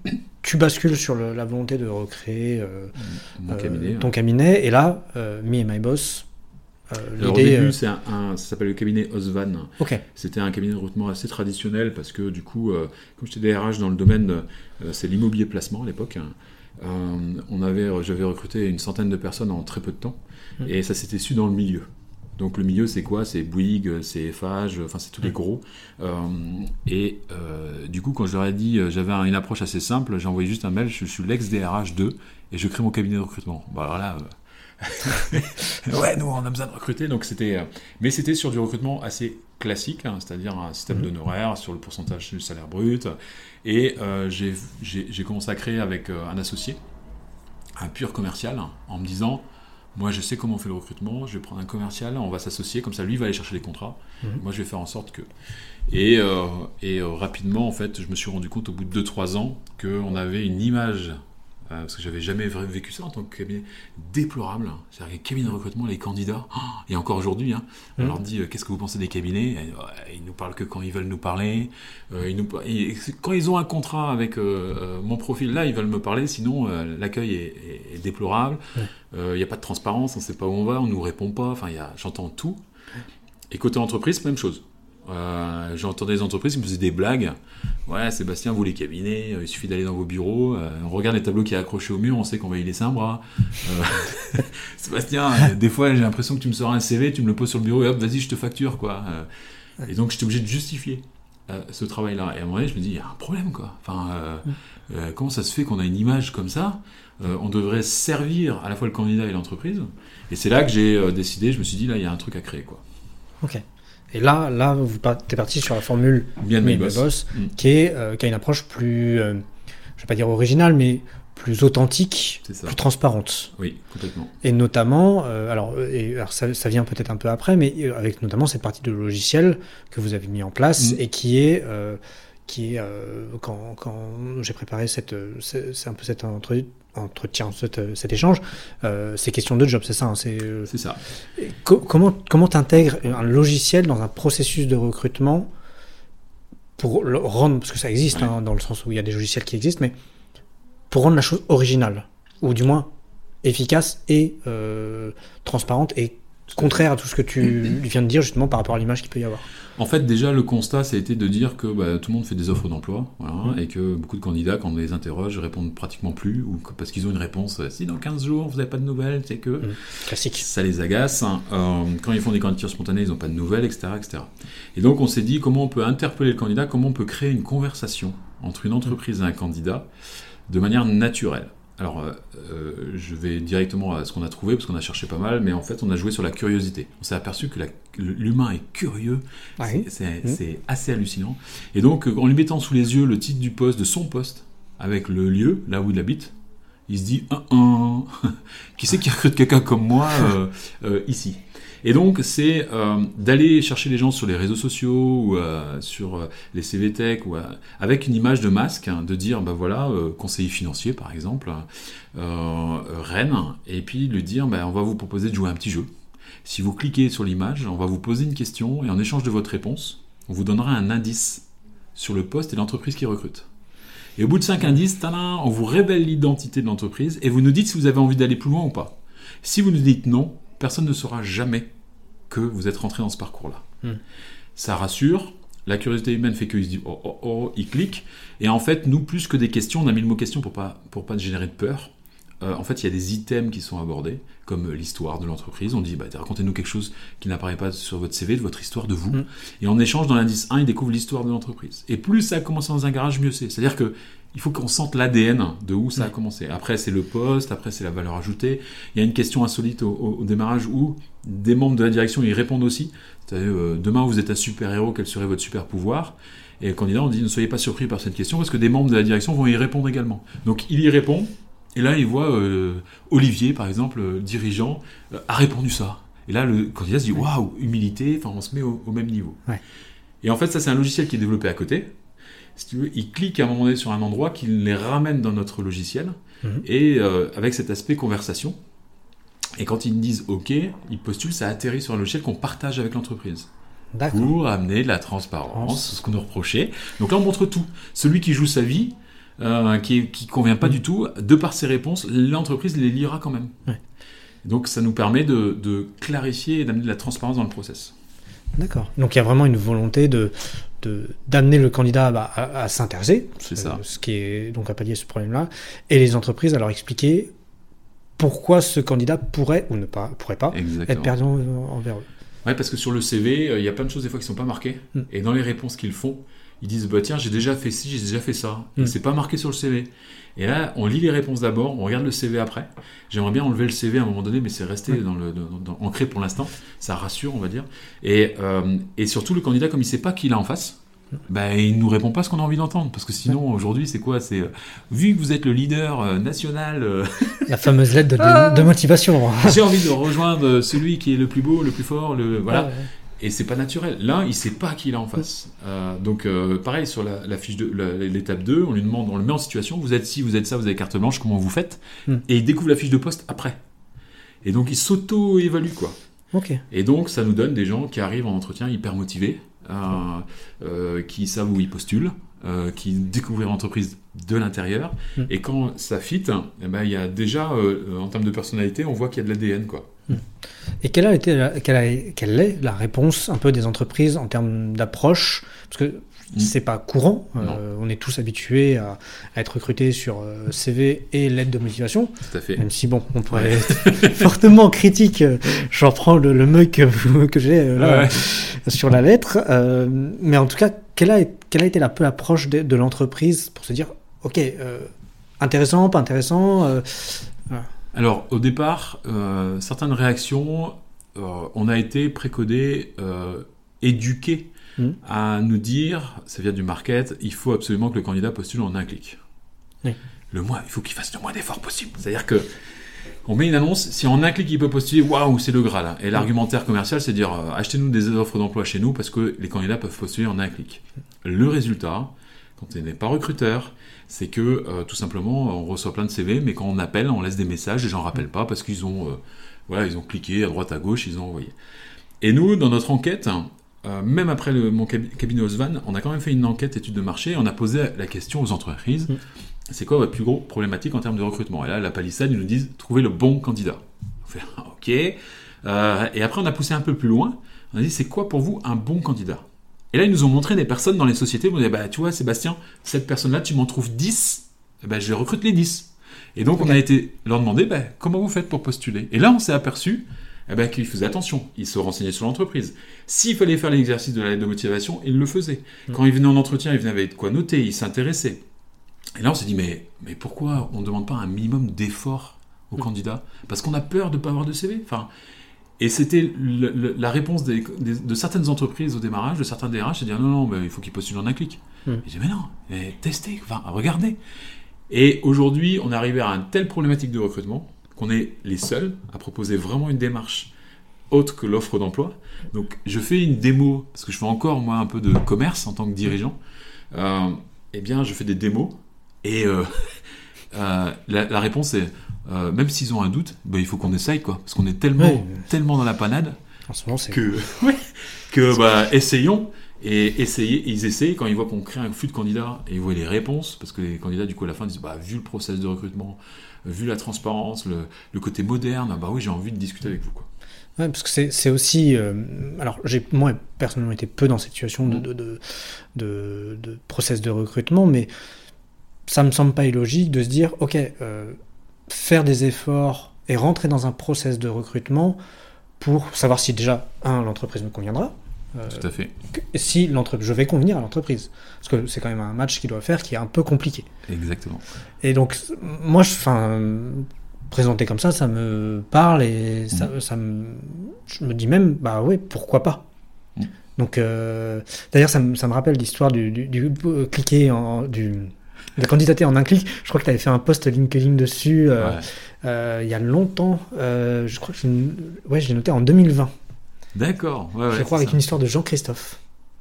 tu bascules sur le, la volonté de recréer euh, Mon euh, cabinet, ton ouais. cabinet. Et là, euh, Me and My Boss, euh, Alors, au l'idée... début, euh, c'est un, un- ça s'appelle le cabinet Osvan. Ok. C'était un cabinet de recrutement assez traditionnel parce que du coup, euh, comme j'étais D R H dans le domaine, euh, c'est l'immobilier placement à l'époque. hein. Euh, on avait, j'avais recruté une centaine de personnes en très peu de temps Mm. et ça s'était su dans le milieu. Donc le milieu, c'est quoi? C'est Bouygues, c'est F H, enfin c'est tous les Mm. gros. Euh, et euh, du coup, quand je leur ai dit, euh, j'avais un- une approche assez simple, j'ai envoyé juste un mail, je suis l'ex-D R H d'eux et je crée mon cabinet de recrutement. Bah alors là, euh, ouais, nous on a besoin de recruter, donc c'était, euh, mais c'était sur du recrutement assez classique, hein, c'est-à-dire un système Mhm. d'honoraires sur le pourcentage du salaire brut. Et euh, j'ai, j'ai, j'ai commencé à créer avec euh, un associé, un pur commercial, en me disant, moi je sais comment on fait le recrutement, je vais prendre un commercial, on va s'associer, comme ça lui va aller chercher les contrats, Mhm. moi je vais faire en sorte que... Et, euh, et euh, rapidement, en fait, je me suis rendu compte au bout de deux trois ans qu'on avait une image, euh, parce que j'avais jamais vra- vécu ça en tant que cabinet, déplorable. C'est-à-dire que les cabinets de recrutement, les candidats, oh, et encore aujourd'hui, hein, on Mhm. leur dit euh, qu'est-ce que vous pensez des cabinets? Et, ouais, ils nous parlent que quand ils veulent nous parler. Euh, ils nous, par- et quand ils ont un contrat avec euh, euh, mon profil, là, ils veulent me parler, sinon euh, l'accueil est, est- est déplorable. Il Ouais. n'y a pas de transparence, on ne sait pas où on va, on ne nous répond pas. Enfin, il y a, j'entends tout. Et côté entreprise, même chose. Euh, j'entendais des entreprises qui me faisaient des blagues. Ouais, Sébastien, vous les cabinets, euh, il suffit d'aller dans vos bureaux, euh, on regarde les tableaux qui est accroché au mur, on sait qu'on va y laisser un bras. Euh, Sébastien, euh, des fois j'ai l'impression que tu me sors un C V, tu me le poses sur le bureau et hop, vas-y, je te facture, quoi. Euh, et donc j'étais obligé de justifier euh, ce travail-là. Et à un moment donné, je me dis, il y a un problème, quoi. Enfin, euh, euh, comment ça se fait qu'on a une image comme ça? Euh, on devrait servir à la fois le candidat et l'entreprise. Et c'est là que j'ai euh, décidé, je me suis dit, là, il y a un truc à créer, quoi. Ok. Et là, là, vous t'es parti sur la formule Bien de Me mes and My boss. Boss, Mm. qui, est, euh, qui a une approche plus, euh, je vais pas dire originale, mais plus authentique, C'est ça. plus transparente. Oui, complètement. Et notamment, euh, alors, et, alors ça, ça vient peut-être un peu après, mais euh, avec notamment cette partie de logiciel que vous avez mis en place Mm. et qui est, euh, qui est euh, quand, quand j'ai préparé cette, c'est, c'est un peu cet entre, entretien, cet, cet échange, euh, c'est question de job, c'est ça. Hein, c'est, euh, C'est ça. co- comment comment t'intègres un logiciel dans un processus de recrutement pour le rendre, parce que ça existe, Ouais. hein, dans le sens où il y a des logiciels qui existent, mais pour rendre la chose originale, ou du moins efficace et euh, transparente et contraire à tout ce que tu viens de dire justement par rapport à l'image qu'il peut y avoir. En fait, déjà, le constat, ça a été de dire que bah, tout le monde fait des offres d'emploi, voilà, Mmh. et que beaucoup de candidats, quand on les interroge, répondent pratiquement plus, ou que- parce qu'ils ont une réponse, euh, si dans quinze jours, vous n'avez pas de nouvelles, c'est que... Mmh. Classique. Ça les agace. hein. Euh, quand ils font des candidatures spontanées, ils n'ont pas de nouvelles, et cetera, et cetera. Et donc, on s'est dit comment on peut interpeller le candidat, comment on peut créer une conversation entre une entreprise et un candidat de manière naturelle. Alors, euh, euh, je vais directement à ce qu'on a trouvé, parce qu'on a cherché pas mal, mais en fait, on a joué sur la curiosité. On s'est aperçu que la- l'humain est curieux, Ah c'est, oui. c'est- Mmh. c'est assez hallucinant. Et donc, euh, en lui mettant sous les yeux le titre du poste, de son poste, avec le lieu, là où il habite, il se dit un, un. Qui c'est qui recrute quelqu'un comme moi euh, euh, ici? Et donc, c'est euh, d'aller chercher les gens sur les réseaux sociaux ou euh, sur euh, les C V Tech, ou, euh, avec une image de masque, hein, de dire, ben voilà, euh, conseiller financier par exemple, euh, euh, Rennes, et puis lui dire, ben, on va vous proposer de jouer un petit jeu. Si vous cliquez sur l'image, on va vous poser une question, et en échange de votre réponse, on vous donnera un indice sur le poste et l'entreprise qui recrute. Et au bout de cinq indices, tadam, on vous révèle l'identité de l'entreprise et vous nous dites si vous avez envie d'aller plus loin ou pas. Si vous nous dites non, personne ne saura jamais que vous êtes rentré dans ce parcours-là. Mm. Ça rassure, la curiosité humaine fait qu'il se dit oh oh oh, il clique. Et en fait, nous, plus que des questions, on a mis le mot question pour pas, pour pas générer de peur. Euh, en fait, il y a des items qui sont abordés, comme l'histoire de l'entreprise. On dit, bah, racontez-nous quelque chose qui n'apparaît pas sur votre C V, de votre histoire de vous. Mm. Et en échange, dans l'indice un, ils découvrent l'histoire de l'entreprise. Et plus ça a commencé dans un garage, mieux c'est. C'est-à-dire que il faut qu'on sente l'A D N de où ça a commencé. Après, c'est le poste, après, c'est la valeur ajoutée. Il y a une question insolite au, au, au démarrage où des membres de la direction y répondent aussi. C'est-à-dire, euh, demain, vous êtes un super-héros, quel serait votre super-pouvoir? Et le candidat, on dit, ne soyez pas surpris par cette question, parce que des membres de la direction vont y répondre également. Donc, il y répond, et là, il voit euh, Olivier, par exemple, euh, dirigeant, euh, a répondu ça. Et là, le candidat se dit, waouh, humilité, enfin, on se met au, au même niveau. Ouais. Et en fait, ça, c'est un logiciel qui est développé à côté. Si tu veux, il clique à un moment donné sur un endroit qui les ramène dans notre logiciel, Mmh. et euh, avec cet aspect conversation. Et quand ils me disent OK, ils postulent, ça atterrit sur un logiciel qu'on partage avec l'entreprise. D'accord. Pour amener de la transparence, ce qu'on nous reprochait. Donc là, on montre tout. Celui qui joue sa vie, euh, qui qui convient pas mmh. du tout, de par ses réponses, l'entreprise les lira quand même. Ouais. Donc ça nous permet de, de clarifier et d'amener de la transparence dans le process. D'accord. Donc il y a vraiment une volonté de, de d'amener le candidat bah, à, à s'intéresser, c'est euh, ça. Ce qui est donc à pallier ce problème-là, et les entreprises à leur expliquer pourquoi ce candidat pourrait ou ne pas pourrait pas Exactement. être perdant envers eux. Ouais, parce que sur le C V, il euh, y a plein de choses des fois qui sont pas marquées, mm. et dans les réponses qu'ils font, ils disent bah tiens j'ai déjà fait ci, j'ai déjà fait ça, mm. et c'est pas marqué sur le C V. Et là, on lit les réponses d'abord, on regarde le C V après. J'aimerais bien enlever le C V à un moment donné, mais c'est resté mm. dans le, dans, dans, ancré pour l'instant. Ça rassure, on va dire. Et, euh, et surtout, le candidat, comme il sait pas qui il a en face, bah, il nous répond pas ce qu'on a envie d'entendre. Parce que sinon, aujourd'hui, c'est quoi c'est, euh, vu que vous êtes le leader euh, national... Euh... La fameuse lettre de, de, de motivation. J'ai envie de rejoindre celui qui est le plus beau, le plus fort, le voilà. Ouais, ouais. Et c'est pas naturel. Là, il sait pas qui il a en face. Euh, donc, euh, pareil, sur la, la fiche de la, l'étape deux, on lui demande, on le met en situation, vous êtes ci, vous êtes ça, vous avez carte blanche, comment vous faites mm. Et il découvre la fiche de poste après. Et donc, il s'auto-évalue, quoi. Okay. Et donc, ça nous donne des gens qui arrivent en entretien hyper motivés, euh, euh, qui savent où ils postulent, euh, qui découvrent l'entreprise de l'intérieur. Mm. Et quand ça fit, eh ben, il y a déjà, euh, en termes de personnalité, on voit qu'il y a de l'A D N, quoi. Mm. Et quelle a été la, quelle, a, quelle est la réponse un peu des entreprises en termes d'approche ? Parce que mmh. c'est pas courant. Euh, on est tous habitués à, à être recrutés sur euh, C V et lettre de motivation. Tout à fait. Même si bon, on pourrait être fortement critique. J'en prends le, le mug que, que j'ai euh, là, ouais. sur la lettre. Euh, mais en tout cas, quelle a, quelle a été un peu l'approche de, de l'entreprise pour se dire, ok, euh, intéressant, pas intéressant. Euh, voilà. Alors, au départ, euh, certaines réactions, euh, on a été précodés, euh, éduqués mmh. à nous dire, ça vient du market, il faut absolument que le candidat postule en un clic. Oui. Le moins, il faut qu'il fasse le moins d'efforts possible. C'est-à-dire que on met une annonce, si en un clic il peut postuler, waouh, c'est le Graal. Hein. Et l'argumentaire commercial, c'est de dire, euh, achetez-nous des offres d'emploi chez nous parce que les candidats peuvent postuler en un clic. Le résultat, quand on n'est pas recruteur, c'est que euh, tout simplement on reçoit plein de C V, mais quand on appelle, on laisse des messages, les gens ne rappellent pas parce qu'ils ont, euh, voilà, ils ont cliqué à droite à gauche, ils ont envoyé. Et nous, dans notre enquête, euh, même après le, mon cab- cabinet Osvan, on a quand même fait une enquête étude de marché, on a posé la question aux entreprises, mmh. c'est quoi votre plus gros problématique en termes de recrutement ? Et là, la palissade, ils nous disent trouver le bon candidat. On fait ok. Euh, et après, on a poussé un peu plus loin. On a dit c'est quoi pour vous un bon candidat ? Et là, ils nous ont montré des personnes dans les sociétés où on dit, bah, tu vois, Sébastien, cette personne-là, tu m'en trouves dix, eh ben, je recrute les dix. Et donc, okay. on a été leur demander, bah, comment vous faites pour postuler ? Et là, on s'est aperçu eh ben, qu'ils faisaient attention. Ils se renseignaient sur l'entreprise. S'il fallait faire l'exercice de la lettre de motivation, ils le faisaient. Mmh. Quand ils venaient en entretien, ils venaient avec quoi noter, ils s'intéressaient. Et là, on s'est dit, mais, mais pourquoi on ne demande pas un minimum d'effort aux mmh. candidats ? Parce qu'on a peur de ne pas avoir de C V. Enfin, et c'était le, le, la réponse des, des, de certaines entreprises au démarrage, de certains D R H, c'est de dire non, non, mais il faut qu'ils postulent en un clic. Mmh. Et je dis mais non, mais testez, enfin, regardez. Et aujourd'hui, on est arrivé à une telle problématique de recrutement qu'on est les seuls à proposer vraiment une démarche autre que l'offre d'emploi. Donc, je fais une démo, parce que je fais encore, moi, un peu de commerce en tant que dirigeant. Euh, eh bien, je fais des démos et euh, euh, la, la réponse est Euh, même s'ils ont un doute, bah, il faut qu'on essaye, quoi, parce qu'on est tellement, ouais. tellement dans la panade en ce moment, c'est... que, ouais, que bah, essayons et essayez, ils essayent quand ils voient qu'on crée un flux de candidats et ils voient les réponses, parce que les candidats du coup à la fin disent bah, vu le process de recrutement, vu la transparence, le, le côté moderne, bah oui j'ai envie de discuter avec vous, quoi. Ouais, parce que c'est, c'est aussi euh, alors j'ai moi personnellement été peu dans cette situation de, de, de, de, de process de recrutement, mais ça me semble pas illogique de se dire ok euh, faire des efforts et rentrer dans un process de recrutement pour savoir si déjà, un, l'entreprise me conviendra. Euh, Tout à fait. Si l'entreprise, je vais convenir à l'entreprise. Parce que c'est quand même un match qu'il doit faire qui est un peu compliqué. Exactement. Et donc, moi, je, enfin, présenter comme ça, ça me parle et ça, mmh. ça me, je me dis même, bah oui, pourquoi pas. Mmh. Donc, euh, d'ailleurs, ça me, ça me rappelle l'histoire du, du, du euh, cliquer en, du, de candidater en un clic. Je crois que tu avais fait un post LinkedIn dessus euh, ouais. euh, il y a longtemps. Euh, je crois que j'ai, ouais, je l'ai noté en deux mille vingt. D'accord. Ouais, ouais, je crois avec ça. une histoire de Jean-Christophe.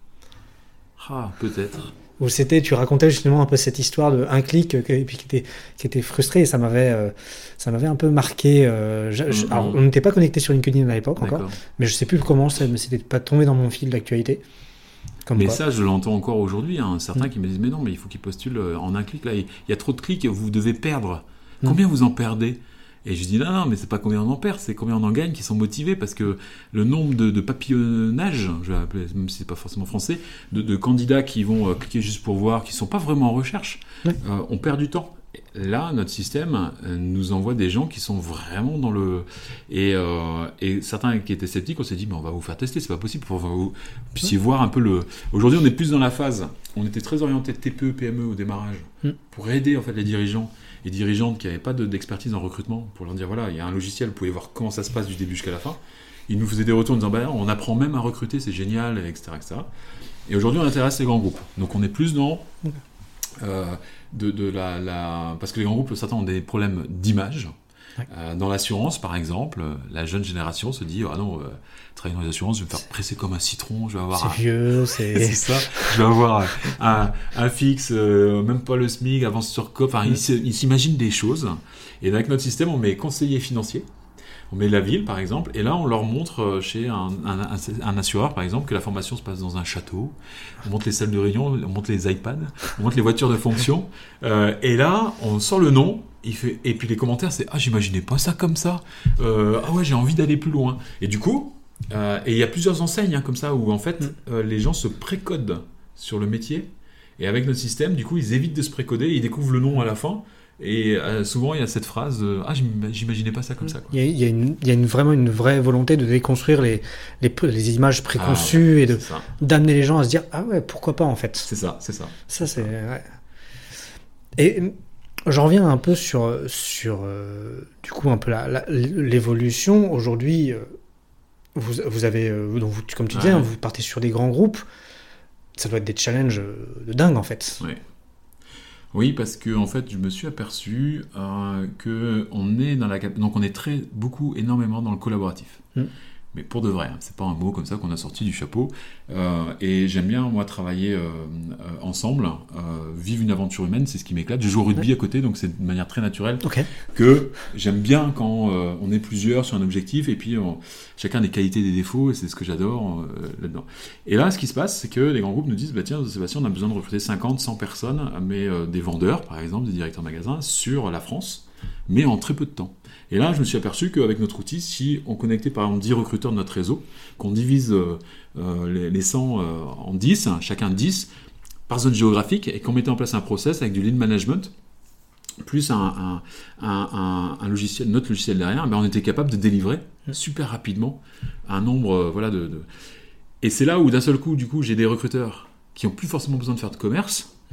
Ah, peut-être. Où c'était, tu racontais justement un peu cette histoire de un clic euh, et puis qui était, qui était frustré et ça m'avait, euh, ça m'avait un peu marqué. Euh, je, je, mm-hmm. Alors, on n'était pas connecté sur LinkedIn à l'époque D'accord. encore, mais je sais plus comment ça, mais c'était pas tombé dans mon fil d'actualité. Comme mais quoi. ça, je l'entends encore aujourd'hui. Hein. Certains Mm. qui me disent, mais non, mais il faut qu'ils postulent en un clic. Là, il y a trop de clics, vous devez perdre. Combien mm. vous en perdez ? Et je dis, non, non, mais c'est pas combien on en perd, c'est combien on en gagne qui sont motivés, parce que le nombre de, de papillonnages, je vais appeler, même si c'est pas forcément français, de, de candidats qui vont euh, cliquer juste pour voir, qui sont pas vraiment en recherche, oui. euh, on perd du temps. Là, notre système euh, nous envoie des gens qui sont vraiment dans le... Et, euh, et certains qui étaient sceptiques, on s'est dit, mais on va vous faire tester, c'est pas possible, pour que vous puissiez oui. voir un peu le... Aujourd'hui, on est plus dans la phase, on était très orienté T P E, P M E au démarrage, mm. pour aider en fait les dirigeants et dirigeantes qui n'avaient pas de, d'expertise en recrutement, pour leur dire, voilà, il y a un logiciel, vous pouvez voir comment ça se passe du début jusqu'à la fin. Ils nous faisaient des retours en disant, bah, on apprend même à recruter, c'est génial, et cetera, et cetera. Et aujourd'hui, on intéresse les grands groupes. Donc, on est plus dans... Euh, de, de la, la... Parce que les grands groupes, certains ont des problèmes d'image. Ouais. Euh, dans l'assurance, par exemple, la jeune génération se dit, ah non, euh, travailler dans les assurances, je vais me faire presser comme un citron, je vais avoir... C'est un... vieux, c'est... c'est ça. Je vais avoir un, un fixe, euh, même pas le SMIC, avance sur C O P. Enfin, mmh. ils, ils s'imaginent des choses. Et avec notre système, on met conseiller financier. On met la ville, par exemple, et là, on leur montre chez un, un, un, un assureur, par exemple, que la formation se passe dans un château. On montre les salles de réunion, on montre les iPads, on montre les voitures de fonction. Euh, et là, on sort le nom, il fait, et puis les commentaires, c'est « Ah, j'imaginais pas ça comme ça. Euh, ah ouais, j'ai envie d'aller plus loin. » Et du coup, euh, et il y a plusieurs enseignes hein, comme ça, où en fait, mmh. euh, les gens se précodent sur le métier. Et avec notre système, du coup, ils évitent de se précoder, ils découvrent le nom à la fin. Et euh, souvent, il y a cette phrase euh, « Ah, j'imaginais pas ça comme ça. » Il y a, il y a, une, il y a une, vraiment une vraie volonté de déconstruire les, les, les images préconçues ah, ouais, et de, d'amener les gens à se dire « Ah ouais, pourquoi pas en fait ?» C'est ça, c'est ça. Ça, c'est... Ouais. Et j'en reviens un peu sur, sur euh, du coup, un peu la, la, l'évolution. Aujourd'hui, euh, vous, vous avez, euh, donc vous, comme tu disais, ouais. hein, vous partez sur des grands groupes. Ça doit être des challenges de dingue en fait. Oui. Oui, parce que en fait, je me suis aperçu euh, que on est dans la donc on est très beaucoup énormément dans le collaboratif. Mmh. Mais pour de vrai, hein, c'est pas un mot comme ça qu'on a sorti du chapeau. Euh, et j'aime bien moi travailler euh, euh, ensemble, euh, vivre une aventure humaine, c'est ce qui m'éclate. Je joue au rugby ouais. à côté, donc c'est de manière très naturelle. Okay. Que j'aime bien quand euh, on est plusieurs sur un objectif et puis on, chacun a des qualités et des défauts, et c'est ce que j'adore euh, là-dedans. Et là, ce qui se passe, c'est que les grands groupes nous disent, bah tiens, Sébastien, on a besoin de recruter cinquante, cent personnes, mais euh, des vendeurs, par exemple, des directeurs de magasins, sur la France, mais en très peu de temps. Et là, je me suis aperçu qu'avec notre outil, si on connectait par exemple dix recruteurs de notre réseau, qu'on divise euh, euh, les, les cent euh, en dix, hein, chacun dix, par zone géographique, et qu'on mettait en place un process avec du lead management, plus un, un, un, un, un logiciel, notre logiciel derrière, ben on était capable de délivrer super rapidement un nombre... Euh, voilà, de, de... Et c'est là où d'un seul coup, du coup, j'ai des recruteurs qui n'ont plus forcément besoin de faire de commerce, mmh.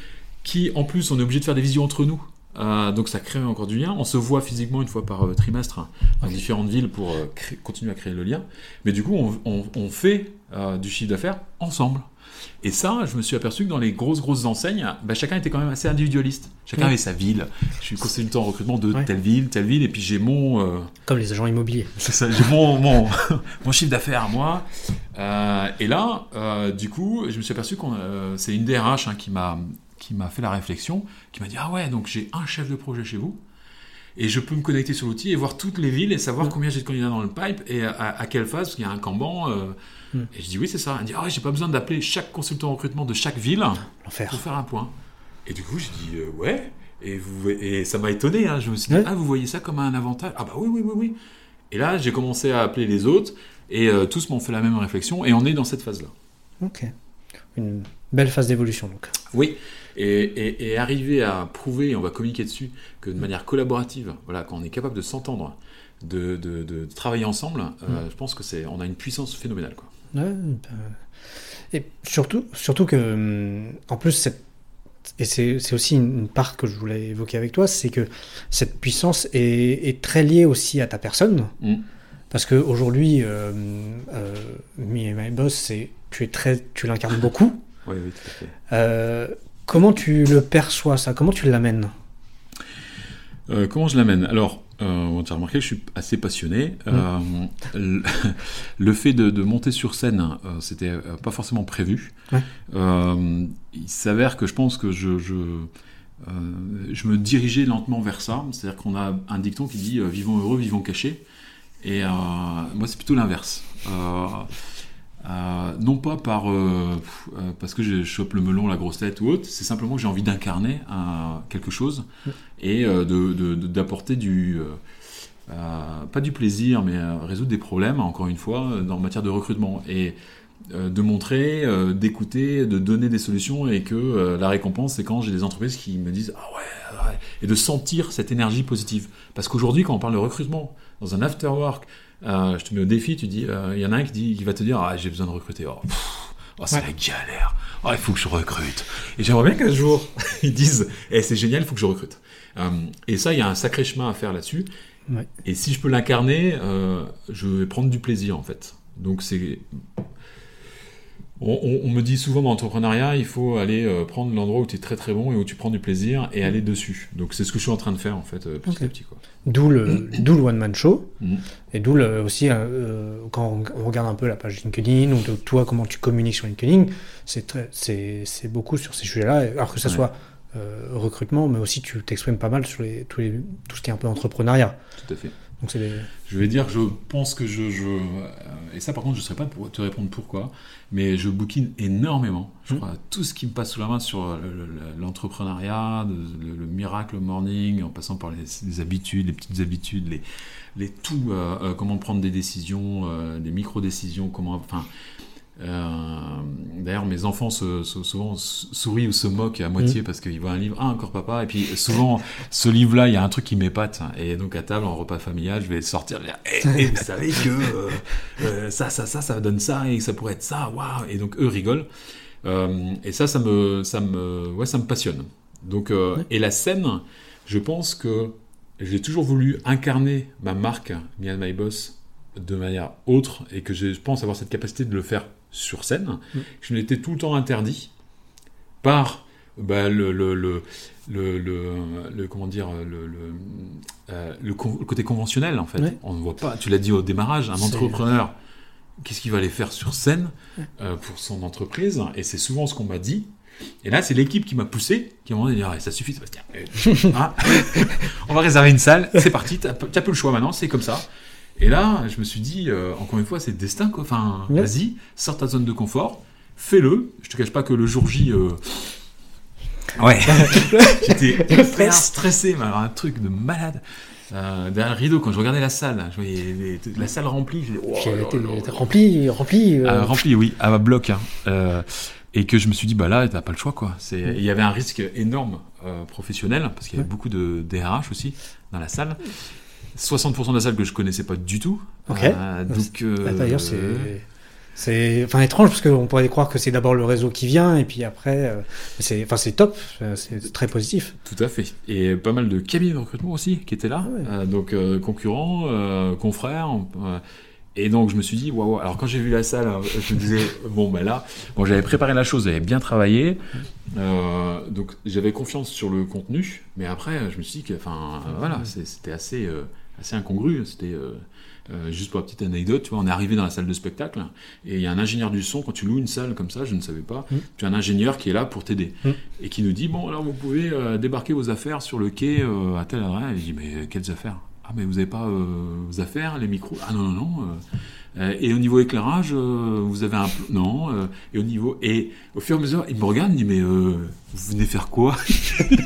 qui en plus, on est obligé de faire des visios entre nous. Euh, donc ça crée encore du lien. On se voit physiquement une fois par euh, trimestre hein, dans okay. différentes villes pour euh, cré- continuer à créer le lien. Mais du coup, on, on, on fait euh, du chiffre d'affaires ensemble. Et ça, je me suis aperçu que dans les grosses grosses enseignes, bah, chacun était quand même assez individualiste. Chacun ouais. avait sa ville. Je suis consultant en recrutement de ouais. telle ville, telle ville, et puis j'ai mon... Euh... Comme les agents immobiliers. C'est ça, j'ai mon, mon, mon chiffre d'affaires à moi. Euh, et là, euh, du coup, je me suis aperçu que euh, c'est une D R H hein, qui m'a... qui m'a fait la réflexion, qui m'a dit « Ah ouais, donc j'ai un chef de projet chez vous, et je peux me connecter sur l'outil et voir toutes les villes et savoir mmh. combien j'ai de candidats dans le pipe et à, à quelle phase, parce qu'il y a un Kanban. Euh, mmh. » Et je dis « Oui, c'est ça. » Elle dit « Ah ouais, j'ai pas besoin d'appeler chaque consultant en recrutement de chaque ville L'enfer. Pour faire un point. » Et du coup, j'ai dit euh, « Ouais. » Et, vous, et ça m'a étonné. Hein. Je me suis dit ouais. « Ah, vous voyez ça comme un avantage ?»« Ah bah oui, oui, oui, oui. » Et là, j'ai commencé à appeler les autres, et euh, tous m'ont fait la même réflexion, et on est dans cette phase-là. Ok. Une belle phase d'évolution, donc. Oui. Et, et, et arriver à prouver, et on va communiquer dessus, que de manière collaborative, voilà, quand on est capable de s'entendre, de, de, de, de travailler ensemble, mmh. euh, je pense que c'est, on a une puissance phénoménale, quoi. Ouais, euh, et surtout, surtout que, en plus, cette, et c'est, c'est aussi une part que je voulais évoquer avec toi, c'est que cette puissance est, est très liée aussi à ta personne, mmh. parce qu'aujourd'hui, euh, euh, Me and My Boss, c'est, tu, es très, tu l'incarnes beaucoup. Oui, oui, tout à fait. Euh, Comment tu le perçois, ça ? Comment tu l'amènes ? euh, Comment je l'amène ? Alors, euh, tu as remarqué que je suis assez passionné. Mmh. Euh, le, le fait de, de monter sur scène, euh, c'était euh, pas forcément prévu. Ouais. Euh, il s'avère que je pense que je, je, euh, je me dirigeais lentement vers ça. C'est-à-dire qu'on a un dicton qui dit euh, « vivons heureux, vivons cachés ». Et euh, moi, c'est plutôt l'inverse. Euh, Euh, non pas par euh, euh, parce que je chope le melon, la grosse tête ou autre, c'est simplement que j'ai envie d'incarner euh, quelque chose et euh, de, de, de, d'apporter du euh, euh, pas du plaisir, mais euh, résoudre des problèmes, encore une fois, dans matière de recrutement et euh, de montrer, euh, d'écouter, de donner des solutions et que euh, la récompense, c'est quand j'ai des entreprises qui me disent ah ouais, ouais, et de sentir cette énergie positive. Parce qu'aujourd'hui, quand on parle de recrutement dans un after work, Euh, je te mets au défi, tu dis, il euh, y en a un qui, dit, qui va te dire, ah, j'ai besoin de recruter. Oh, pff, oh c'est ouais. la galère. Oh, il faut que je recrute. Et j'aimerais bien qu'un jour, ils disent, eh, c'est génial, il faut que je recrute. Euh, et ça, il y a un sacré chemin à faire là-dessus. Ouais. Et si je peux l'incarner, euh, je vais prendre du plaisir, en fait. Donc, c'est... On, on, on me dit souvent dans l'entrepreneuriat, il faut aller euh, prendre l'endroit où tu es très très bon et où tu prends du plaisir et mmh. aller dessus. Donc c'est ce que je suis en train de faire en fait, euh, petit okay. à petit. Quoi. D'où le, mmh. d'où le one-man show mmh. et d'où le, aussi euh, quand on regarde un peu la page LinkedIn ou de toi comment tu communiques sur LinkedIn, c'est, très, c'est, c'est beaucoup sur ces sujets-là. Alors que ça ouais. soit euh, recrutement, mais aussi tu t'exprimes pas mal sur les, tous les, tout ce qui est un peu entrepreneuriat. Tout à fait. Donc c'est des... Je vais dire, je pense que je, je... Et ça, par contre, je ne saurais pas pour te répondre pourquoi, mais je bouquine énormément. Je mmh. crois tout ce qui me passe sous la main sur le, le, l'entrepreneuriat, le, le miracle morning, en passant par les, les habitudes, les petites habitudes, les, les tout, euh, euh, comment prendre des décisions, euh, des micro-décisions, comment... Enfin, Euh, d'ailleurs mes enfants se, se, souvent sourient ou se moquent à moitié mmh. parce qu'ils voient un livre, ah encore papa, et puis souvent ce livre là il y a un truc qui m'épate et donc à table en repas familial je vais sortir et dire hey, hey, vous savez que euh, euh, ça ça ça ça donne ça et ça pourrait être ça, waouh, et donc eux rigolent euh, et ça ça me ça me ouais ça me passionne donc euh, mmh. et la scène, je pense que j'ai toujours voulu incarner ma marque Me and My Boss de manière autre et que je pense avoir cette capacité de le faire sur scène. Mmh. Je m'étais tout le temps interdit par bah, le, le, le, le, le, le comment dire le, le, euh, le, con, le côté conventionnel en fait. Ouais. On ne voit pas. Tu l'as dit au démarrage, un c'est... entrepreneur, qu'est-ce qu'il va aller faire sur scène ouais. euh, pour son entreprise, et c'est souvent ce qu'on m'a dit. Et là, c'est l'équipe qui m'a poussé, qui m'a demandé de dire ça suffit, Sébastien. Ah, on va réserver une salle, c'est parti. Tu as plus le choix maintenant, c'est comme ça. Et là, je me suis dit, euh, encore une fois, c'est le destin, quoi. Enfin, ouais. vas-y, sors ta zone de confort, fais-le. Je te cache pas que le jour J, euh... ouais, j'étais hyper stressé, mais alors un truc de malade. Euh, derrière le rideau, quand je regardais la salle, je voyais les, les, la salle remplie. Je disais, oh, là, là, là, remplie, remplie. Euh... Euh, remplie, oui, à bloc. Hein. Euh, et que je me suis dit, bah là, t'as pas le choix, quoi. C'est, il y avait un risque énorme euh, professionnel, parce qu'il y avait ouais. beaucoup de D R H aussi dans la salle. soixante pour cent de la salle que je connaissais pas du tout. Ok. Euh, donc, euh, ah, d'ailleurs, c'est, c'est, enfin, étrange parce qu'on pourrait croire que c'est d'abord le réseau qui vient et puis après, euh, c'est, enfin, c'est top, c'est très positif. Tout à fait. Et pas mal de cabinets de recrutement aussi qui étaient là. Ah ouais. euh, donc euh, concurrents, euh, confrères. Euh, et donc je me suis dit, waouh. Alors quand j'ai vu la salle, je me disais, bon ben là, bon j'avais préparé la chose, j'avais bien travaillé. Euh, donc j'avais confiance sur le contenu, mais après je me suis dit que, enfin voilà, c'est, c'était assez. Euh, assez incongru, c'était euh, euh, juste pour la petite anecdote, tu vois, on est arrivé dans la salle de spectacle et il y a un ingénieur du son, quand tu loues une salle comme ça, je ne savais pas, mmh. tu as un ingénieur qui est là pour t'aider mmh. et qui nous dit, bon alors vous pouvez euh, débarquer vos affaires sur le quai euh, à telle adresse. Et je dis, mais quelles affaires? Ah mais vous n'avez pas euh, vos affaires, les micros? Ah non non non euh, et au niveau éclairage euh, vous avez un peu non euh, et au niveau et au fur et à mesure il me regarde, il me dit, mais euh, vous venez faire quoi? Je dis,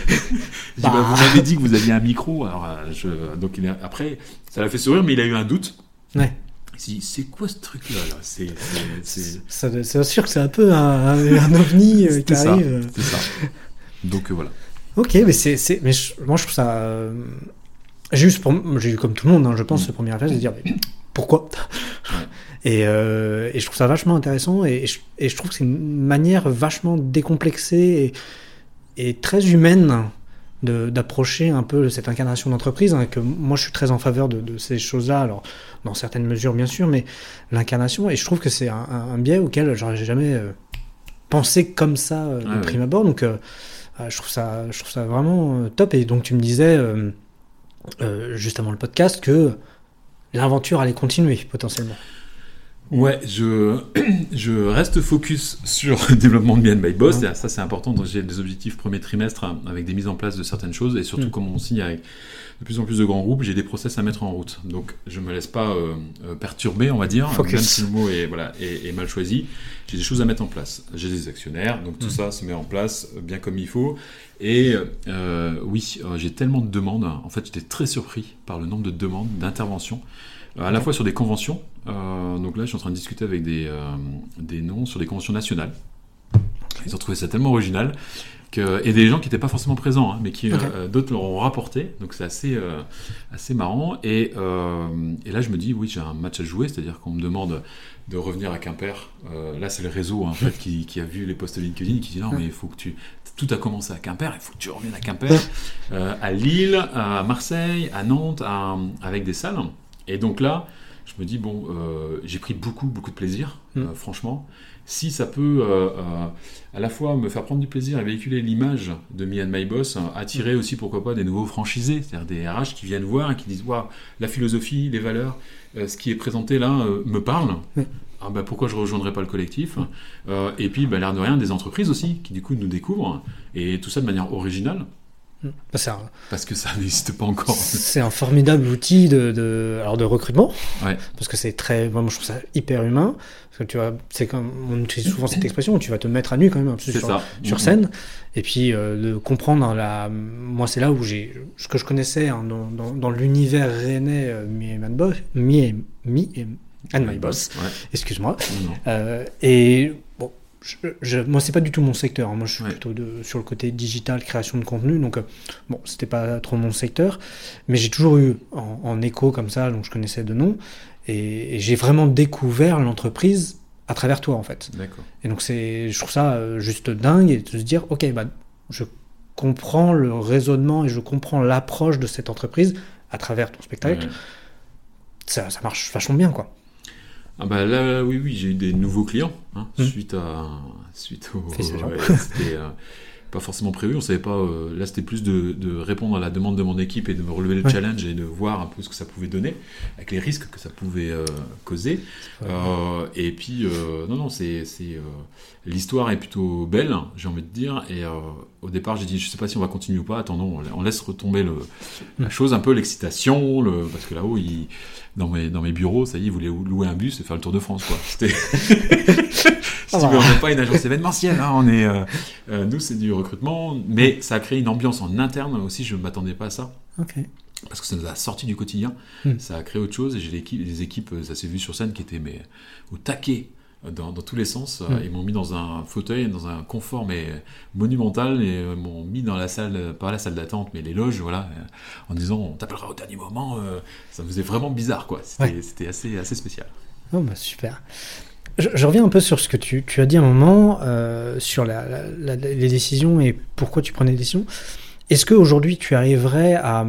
bah. Bah, vous m'avez dit que vous aviez un micro. Alors, je, donc il a, après, ça l'a fait sourire, mais il a eu un doute. Ouais. Il dit, c'est quoi ce truc-là là c'est, c'est, c'est... Ça, c'est sûr que c'est un peu un, un, un ovni euh, qui ça, arrive. C'est ça. Donc euh, voilà. Ok, mais c'est, c'est mais je, moi je trouve ça. Euh, j'ai eu, pour, j'ai eu comme tout le monde, hein, je pense, mmh. ce premier réflexe de dire, mais pourquoi? Ouais. Et, euh, et je trouve ça vachement intéressant et, et, je, et je trouve que c'est une manière vachement décomplexée et, et très humaine de, d'approcher un peu cette incarnation d'entreprise, hein, que moi je suis très en faveur de, de ces choses-là, alors dans certaines mesures bien sûr, mais l'incarnation, et je trouve que c'est un, un, un biais auquel j'aurais jamais euh, pensé comme ça euh, de ah, prime ouais. abord, donc euh, je, trouve ça, je trouve ça vraiment euh, top. Et donc tu me disais euh, euh, juste avant le podcast que l'aventure allait continuer potentiellement. Ouais, je, je reste focus sur le développement de Me and My Boss. Mmh. Ça, c'est important. Donc, j'ai des objectifs premier trimestre avec des mises en place de certaines choses. Et surtout, mmh. comme on signe avec de plus en plus de grands groupes, j'ai des process à mettre en route. Donc, je ne me laisse pas euh, perturber, on va dire. Focus. Même si le mot est, voilà, est, est mal choisi. J'ai des choses à mettre en place. J'ai des actionnaires. Donc, tout mmh. ça se met en place bien comme il faut. Et euh, oui, euh, j'ai tellement de demandes. En fait, j'étais très surpris par le nombre de demandes, d'interventions. À la fois sur des conventions, euh, donc là je suis en train de discuter avec des, euh, des noms sur des conventions nationales. Ils ont trouvé ça tellement original, que, et des gens qui n'étaient pas forcément présents, hein, mais qui okay. euh, d'autres leur ont rapporté, donc c'est assez, euh, assez marrant. Et, euh, et là je me dis, oui, j'ai un match à jouer, c'est-à-dire qu'on me demande de revenir à Quimper. Euh, là c'est le réseau hein, en fait, qui, qui a vu les posts LinkedIn et qui dit non, mais il faut que tu. Tout a commencé à Quimper, il faut que tu reviennes à Quimper, euh, à Lille, à Marseille, à Nantes, à, avec des salles. Et donc là, je me dis, bon, euh, j'ai pris beaucoup, beaucoup de plaisir, mmh. euh, franchement. Si ça peut euh, euh, à la fois me faire prendre du plaisir et véhiculer l'image de Me and My Boss, hein, attirer mmh. aussi, pourquoi pas, des nouveaux franchisés, c'est-à-dire des R H qui viennent voir et qui disent, waouh, la philosophie, les valeurs, euh, ce qui est présenté là euh, me parle. Mmh. Ah bah, pourquoi je ne rejoindrais pas le collectif mmh. euh, Et puis, bah, l'air de rien, des entreprises aussi, qui du coup nous découvrent, et tout ça de manière originale. C'est un... Parce que ça n'existe pas encore. C'est un formidable outil de, de, alors de recrutement, ouais. parce que c'est très, moi je trouve ça hyper humain. Parce que tu vois, c'est comme on utilise souvent cette expression, tu vas te mettre à nu quand même un peu sur, sur scène, et puis euh, de comprendre la. Moi c'est là où j'ai ce que je connaissais hein, dans, dans, dans l'univers rennais euh, Me and My Boss, Me, Me and My Boss. Ouais. Excuse-moi. Euh, et bon. Je, je, moi, c'est pas du tout mon secteur. Hein. Moi, je suis ouais. plutôt de, sur le côté digital, création de contenu. Donc, euh, bon, c'était pas trop mon secteur. Mais j'ai toujours eu en, en écho comme ça, donc je connaissais de nom. Et, et j'ai vraiment découvert l'entreprise à travers toi, en fait. D'accord. Et donc, c'est, je trouve ça euh, juste dingue et de se dire, ok, bah, je comprends le raisonnement et je comprends l'approche de cette entreprise à travers ton spectacle. Ouais. Ça, ça marche vachement bien, quoi. Ah bah là, oui, oui, j'ai eu des nouveaux clients hein, mmh. suite à suite au. Ouais, c'était euh, pas forcément prévu. On savait pas. Euh, là, c'était plus de, de répondre à la demande de mon équipe et de me relever le ouais. challenge et de voir un peu ce que ça pouvait donner, avec les risques que ça pouvait euh, causer. Euh, et puis, euh, non, non, c'est, c'est euh, l'histoire est plutôt belle, j'ai envie de dire. Et euh, au départ, j'ai dit, je sais pas si on va continuer ou pas. Attendons, on laisse retomber le, la chose un peu, l'excitation, le, parce que là-haut, il Dans mes, dans mes bureaux, ça y est, ils voulaient louer un bus et faire le Tour de France, quoi. C'était... Je dis, mais on n'est pas une agence événementielle, hein, on est, euh, euh, nous, c'est du recrutement, mais ça a créé une ambiance en interne aussi, je ne m'attendais pas à ça. Okay. Parce que ça nous a sorti du quotidien, mm. ça a créé autre chose, et j'ai l'équipe, des équipes, ça s'est vu sur scène, qui étaient mais, au taquet. Dans, dans tous les sens, mmh. euh, ils m'ont mis dans un fauteuil, dans un confort mais monumental, et euh, m'ont mis dans la salle, pas la salle d'attente, mais les loges, voilà, euh, en disant on t'appellera au dernier moment. Euh, ça me faisait vraiment bizarre, quoi. C'était, ouais. c'était assez, assez spécial. Oh bah super. Je, je reviens un peu sur ce que tu, tu as dit à un moment euh, sur la, la, la, les décisions et pourquoi tu prenais des décisions. Est-ce qu'aujourd'hui tu arriverais à,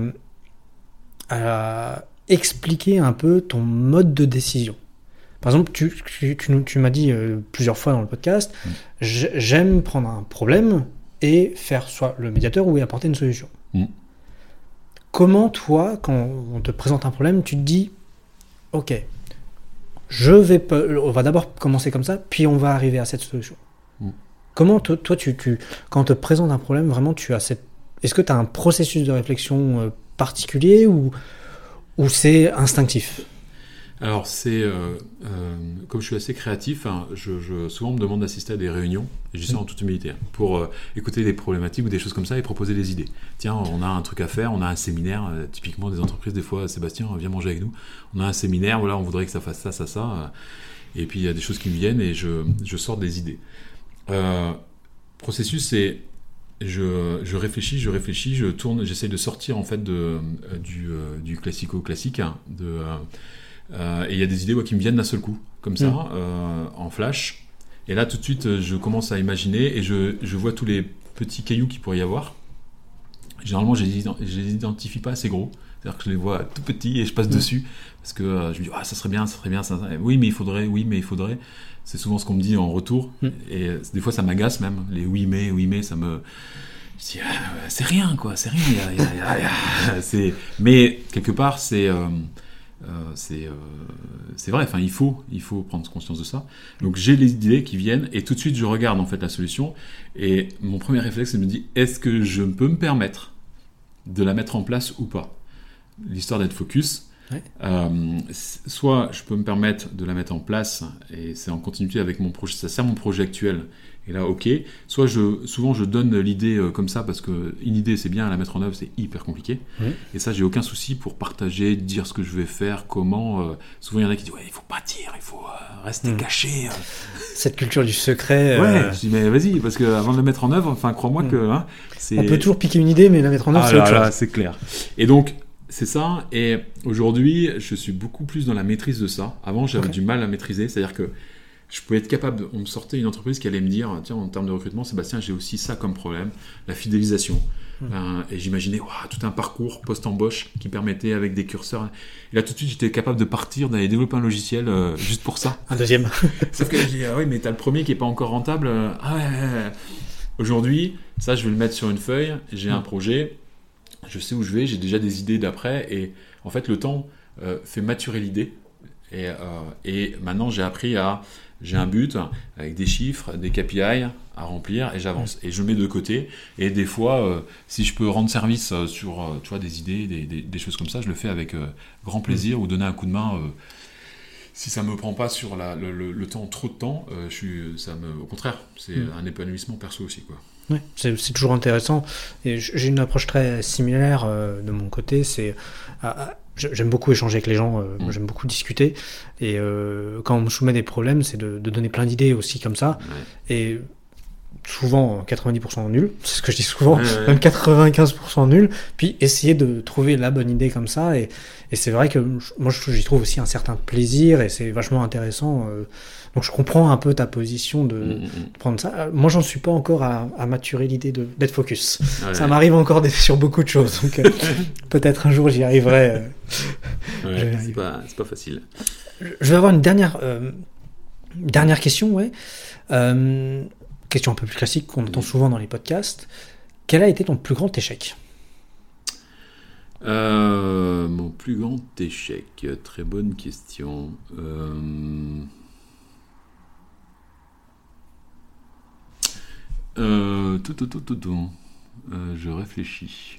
à expliquer un peu ton mode de décision? Par exemple, tu, tu, tu, tu m'as dit euh, plusieurs fois dans le podcast, mmh. j'aime prendre un problème et faire soit le médiateur ou y apporter une solution. Mmh. Comment toi, quand on te présente un problème, tu te dis, ok, je vais pas, on va d'abord commencer comme ça, puis on va arriver à cette solution. Mmh. Comment toi, toi tu, tu, quand on te présente un problème, vraiment, tu as cette, est-ce que tu as un processus de réflexion euh, particulier ou, ou c'est instinctif? Alors, c'est, euh, euh, comme je suis assez créatif, hein, je, je, souvent on me demande d'assister à des réunions, et je dis ça en toute humilité, hein, pour euh, écouter des problématiques ou des choses comme ça et proposer des idées. Tiens, on a un truc à faire, on a un séminaire, euh, typiquement des entreprises, des fois, Sébastien, viens manger avec nous, on a un séminaire, voilà, on voudrait que ça fasse ça, ça, ça, euh, et puis il y a des choses qui me viennent et je, je sors des idées. Euh, processus, c'est, je, je réfléchis, je réfléchis, je tourne, j'essaie de sortir en fait de, euh, du, euh, du classico-classique, hein, de... Euh, Euh, et il y a des idées ouais, qui me viennent d'un seul coup, comme ça, mmh. euh, en flash. Et là, tout de suite, je commence à imaginer et je, je vois tous les petits cailloux qu'il pourrait y avoir. Généralement, je ne les identifie pas assez gros. C'est-à-dire que je les vois tout petits et je passe mmh. dessus. Parce que euh, je me dis, ah, ça serait bien, ça serait bien. Ça, ça. Oui, mais il faudrait, oui, mais il faudrait. C'est souvent ce qu'on me dit en retour. Mmh. Et euh, des fois, ça m'agace même. Les oui, mais, oui, mais, ça me... Je dis, ah, c'est rien, quoi, c'est rien. Y a, y a, y a, y a. C'est... Mais, quelque part, c'est... Euh, Euh, c'est, euh, c'est vrai, enfin, il faut, il faut prendre conscience de ça. Donc j'ai les idées qui viennent et tout de suite je regarde en fait la solution et mon premier réflexe c'est de me dire est-ce que je peux me permettre de la mettre en place ou pas. L'histoire d'être focus, ouais. euh, soit je peux me permettre de la mettre en place et c'est en continuité avec mon projet, ça sert mon projet actuel. Et là, ok. Soit je, souvent je donne l'idée euh, comme ça parce que une idée c'est bien, à la mettre en œuvre c'est hyper compliqué. Mmh. Et ça, j'ai aucun souci pour partager, dire ce que je vais faire, comment. Euh, souvent il y en a qui disent ouais, il faut pas dire, il faut euh, rester mmh. caché. Euh. Cette culture du secret. Ouais. Euh... Je dis mais vas-y parce que avant de la mettre en œuvre, enfin crois-moi mmh. que hein, c'est. On peut toujours piquer une idée, mais la mettre en œuvre ah c'est là, autre là, chose. C'est clair. Et donc. C'est ça, et aujourd'hui, je suis beaucoup plus dans la maîtrise de ça. Avant, j'avais okay. du mal à maîtriser, c'est-à-dire que je pouvais être capable, de, on me sortait une entreprise qui allait me dire, tiens, en termes de recrutement, Sébastien, j'ai aussi ça comme problème, la fidélisation. Mmh. Euh, et j'imaginais wow, tout un parcours post-embauche qui permettait avec des curseurs. Et là, tout de suite, j'étais capable de partir, d'aller développer un logiciel euh, juste pour ça. Un deuxième. Sauf que je dis, ah oui, mais t'as le premier qui n'est pas encore rentable. Ah ouais, ouais, ouais. Aujourd'hui, ça, je vais le mettre sur une feuille, j'ai mmh. un projet. Je sais où je vais, j'ai déjà des idées d'après et en fait le temps euh, fait maturer l'idée et, euh, et maintenant j'ai appris à j'ai un but avec des chiffres, des K P I à remplir et j'avance et je mets de côté et des fois euh, si je peux rendre service sur euh, tu vois, des idées, des, des, des choses comme ça, je le fais avec euh, grand plaisir ou donner un coup de main euh, si ça me prend pas sur la, le, le, le temps, trop de temps, euh, je suis, ça me, au contraire, c'est mmh. un épanouissement perso aussi, quoi. Oui, c'est, c'est toujours intéressant. Et j'ai une approche très similaire euh, de mon côté. C'est, euh, j'aime beaucoup échanger avec les gens, euh, mmh. j'aime beaucoup discuter. Et euh, quand on me soumet des problèmes, c'est de, de donner plein d'idées aussi comme ça. Ouais. Et souvent quatre-vingt-dix pour cent nul, c'est ce que je dis souvent, ouais, ouais. même quatre-vingt-quinze pour cent nul, puis essayer de trouver la bonne idée comme ça, et, et c'est vrai que moi j'y trouve aussi un certain plaisir, et c'est vachement intéressant, euh, donc je comprends un peu ta position de, mmh. de prendre ça. Moi j'en suis pas encore à, à maturer l'idée de, d'être focus, ouais. ça m'arrive encore d'être sur beaucoup de choses, donc euh, peut-être un jour j'y arriverai. Euh, ouais, c'est, pas, c'est pas facile. Je vais avoir une dernière, euh, dernière question, ouais. Euh, question un peu plus classique qu'on entend souvent dans les podcasts. Quel a été ton plus grand échec ? euh, Mon plus grand échec, très bonne question. Euh... Euh, tout, tout, tout, tout, tout. Euh, je réfléchis.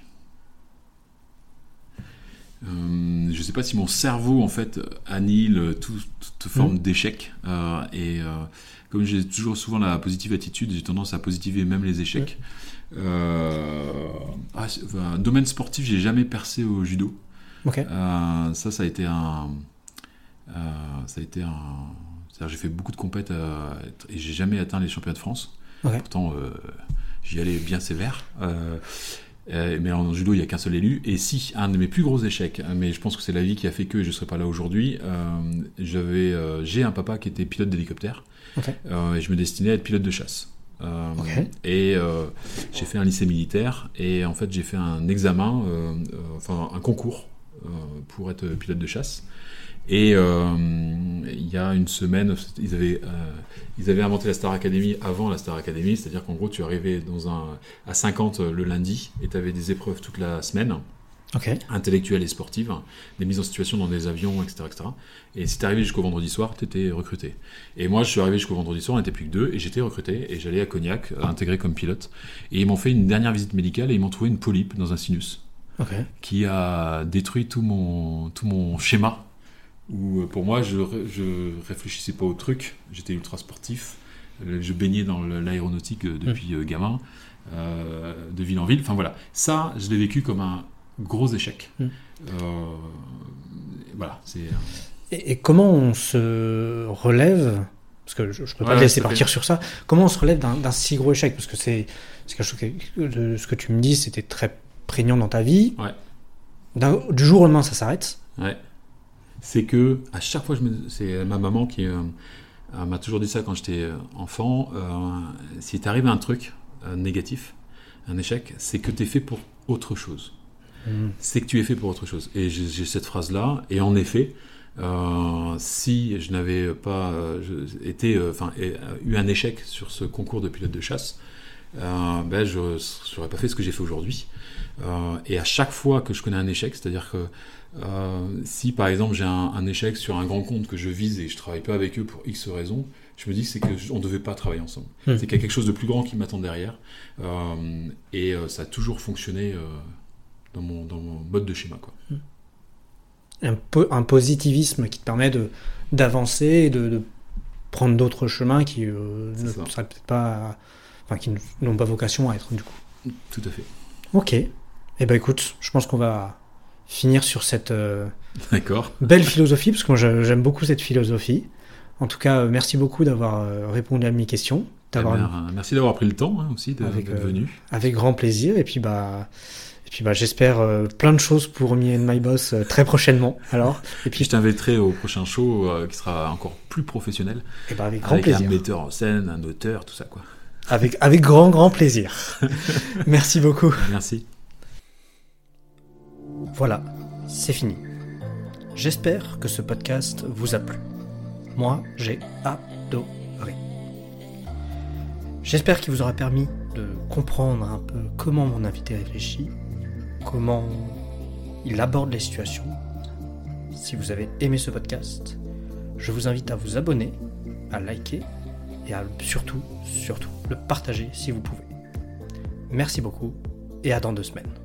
Euh, je ne sais pas si mon cerveau en fait annihile tout, toute forme mmh. d'échec euh, et euh, comme j'ai toujours souvent la positive attitude, j'ai tendance à positiver même les échecs. Mmh. Euh, ah, enfin, domaine sportif, j'ai jamais percé au judo. Okay. Euh, ça, ça a été un, euh, ça a été un. C'est-à-dire, j'ai fait beaucoup de compètes euh, et j'ai jamais atteint les championnats de France. Okay. Pourtant, euh, j'y allais bien sévère. Euh, Euh, mais en judo il n'y a qu'un seul élu et si un de mes plus gros échecs, mais je pense que c'est la vie qui a fait que je ne serais pas là aujourd'hui, euh, j'avais, euh, j'ai un papa qui était pilote d'hélicoptère okay. euh, et je me destinais à être pilote de chasse euh, okay. et euh, j'ai fait un lycée militaire et en fait j'ai fait un examen euh, euh, enfin un concours euh, pour être pilote de chasse. Et euh, il y a une semaine, ils avaient, euh, ils avaient inventé la Star Academy avant la Star Academy, c'est-à-dire qu'en gros, tu arrivais dans un, à cinquante le lundi et tu avais des épreuves toute la semaine, okay. intellectuelles et sportives, des mises en situation dans des avions, et cetera et cetera. Et si tu arrivais jusqu'au vendredi soir, tu étais recruté. Et moi, je suis arrivé jusqu'au vendredi soir, on n'était plus que deux, et j'étais recruté, et j'allais à Cognac, intégré comme pilote. Et ils m'ont fait une dernière visite médicale et ils m'ont trouvé une polype dans un sinus, okay. qui a détruit tout mon, tout mon schéma. Où pour moi je, je réfléchissais pas au truc, j'étais ultra sportif, je baignais dans l'aéronautique depuis mmh. gamin, euh, de ville en ville, enfin voilà, ça je l'ai vécu comme un gros échec. Mmh. Euh, voilà, c'est... Et, et comment on se relève, parce que je ne peux pas ouais, te laisser partir fait. sur ça, comment on se relève d'un, d'un si gros échec, parce que c'est, c'est quelque chose que, de ce que tu me dis, c'était très prégnant dans ta vie, ouais. d'un, du jour au lendemain ça s'arrête. Ouais. C'est que à chaque fois, je me... c'est ma maman qui euh, m'a toujours dit ça quand j'étais enfant. Euh, si t'arrive un truc euh, négatif, un échec, c'est que t'es fait pour autre chose. Mmh. C'est que tu es fait pour autre chose. Et j'ai, j'ai cette phrase-là. Et en effet, euh, si je n'avais pas euh, je, été, enfin, euh, eu un échec sur ce concours de pilote de chasse, euh, ben je n'aurais pas fait ce que j'ai fait aujourd'hui. Euh, et à chaque fois que je connais un échec, c'est-à-dire que euh, si par exemple j'ai un, un échec sur un grand compte que je vise et je travaille pas avec eux pour X raisons, je me dis que c'est qu'on ne devait pas travailler ensemble. Mmh. C'est qu'il y a quelque chose de plus grand qui m'attend derrière. Euh, et euh, ça a toujours fonctionné euh, dans, mon, dans mon mode de schéma, quoi. Mmh. Un, po- un positivisme qui te permet de, d'avancer et de, de prendre d'autres chemins qui euh, ne seraient peut-être pas, enfin, qui n'ont pas vocation à être du coup. Tout à fait. Ok. Eh ben écoute, je pense qu'on va finir sur cette euh, D'accord. belle philosophie, parce que moi j'aime beaucoup cette philosophie. En tout cas, merci beaucoup d'avoir répondu à mes questions. D'avoir... Eh bien, merci d'avoir pris le temps hein, aussi de, avec, d'être venu. Euh, avec grand plaisir. Et puis bah, et puis bah, j'espère euh, plein de choses pour Me and My Boss euh, très prochainement. Alors, et puis je t'inviterai au prochain show euh, qui sera encore plus professionnel. Et bah, avec grand avec plaisir. Un metteur en scène, un auteur, tout ça quoi. Avec avec grand grand plaisir. Merci beaucoup. Merci. Voilà, c'est fini. J'espère que ce podcast vous a plu. Moi, j'ai adoré. J'espère qu'il vous aura permis de comprendre un peu comment mon invité réfléchit, comment il aborde les situations. Si vous avez aimé ce podcast, je vous invite à vous abonner, à liker et à surtout, surtout, le partager si vous pouvez. Merci beaucoup et à dans deux semaines.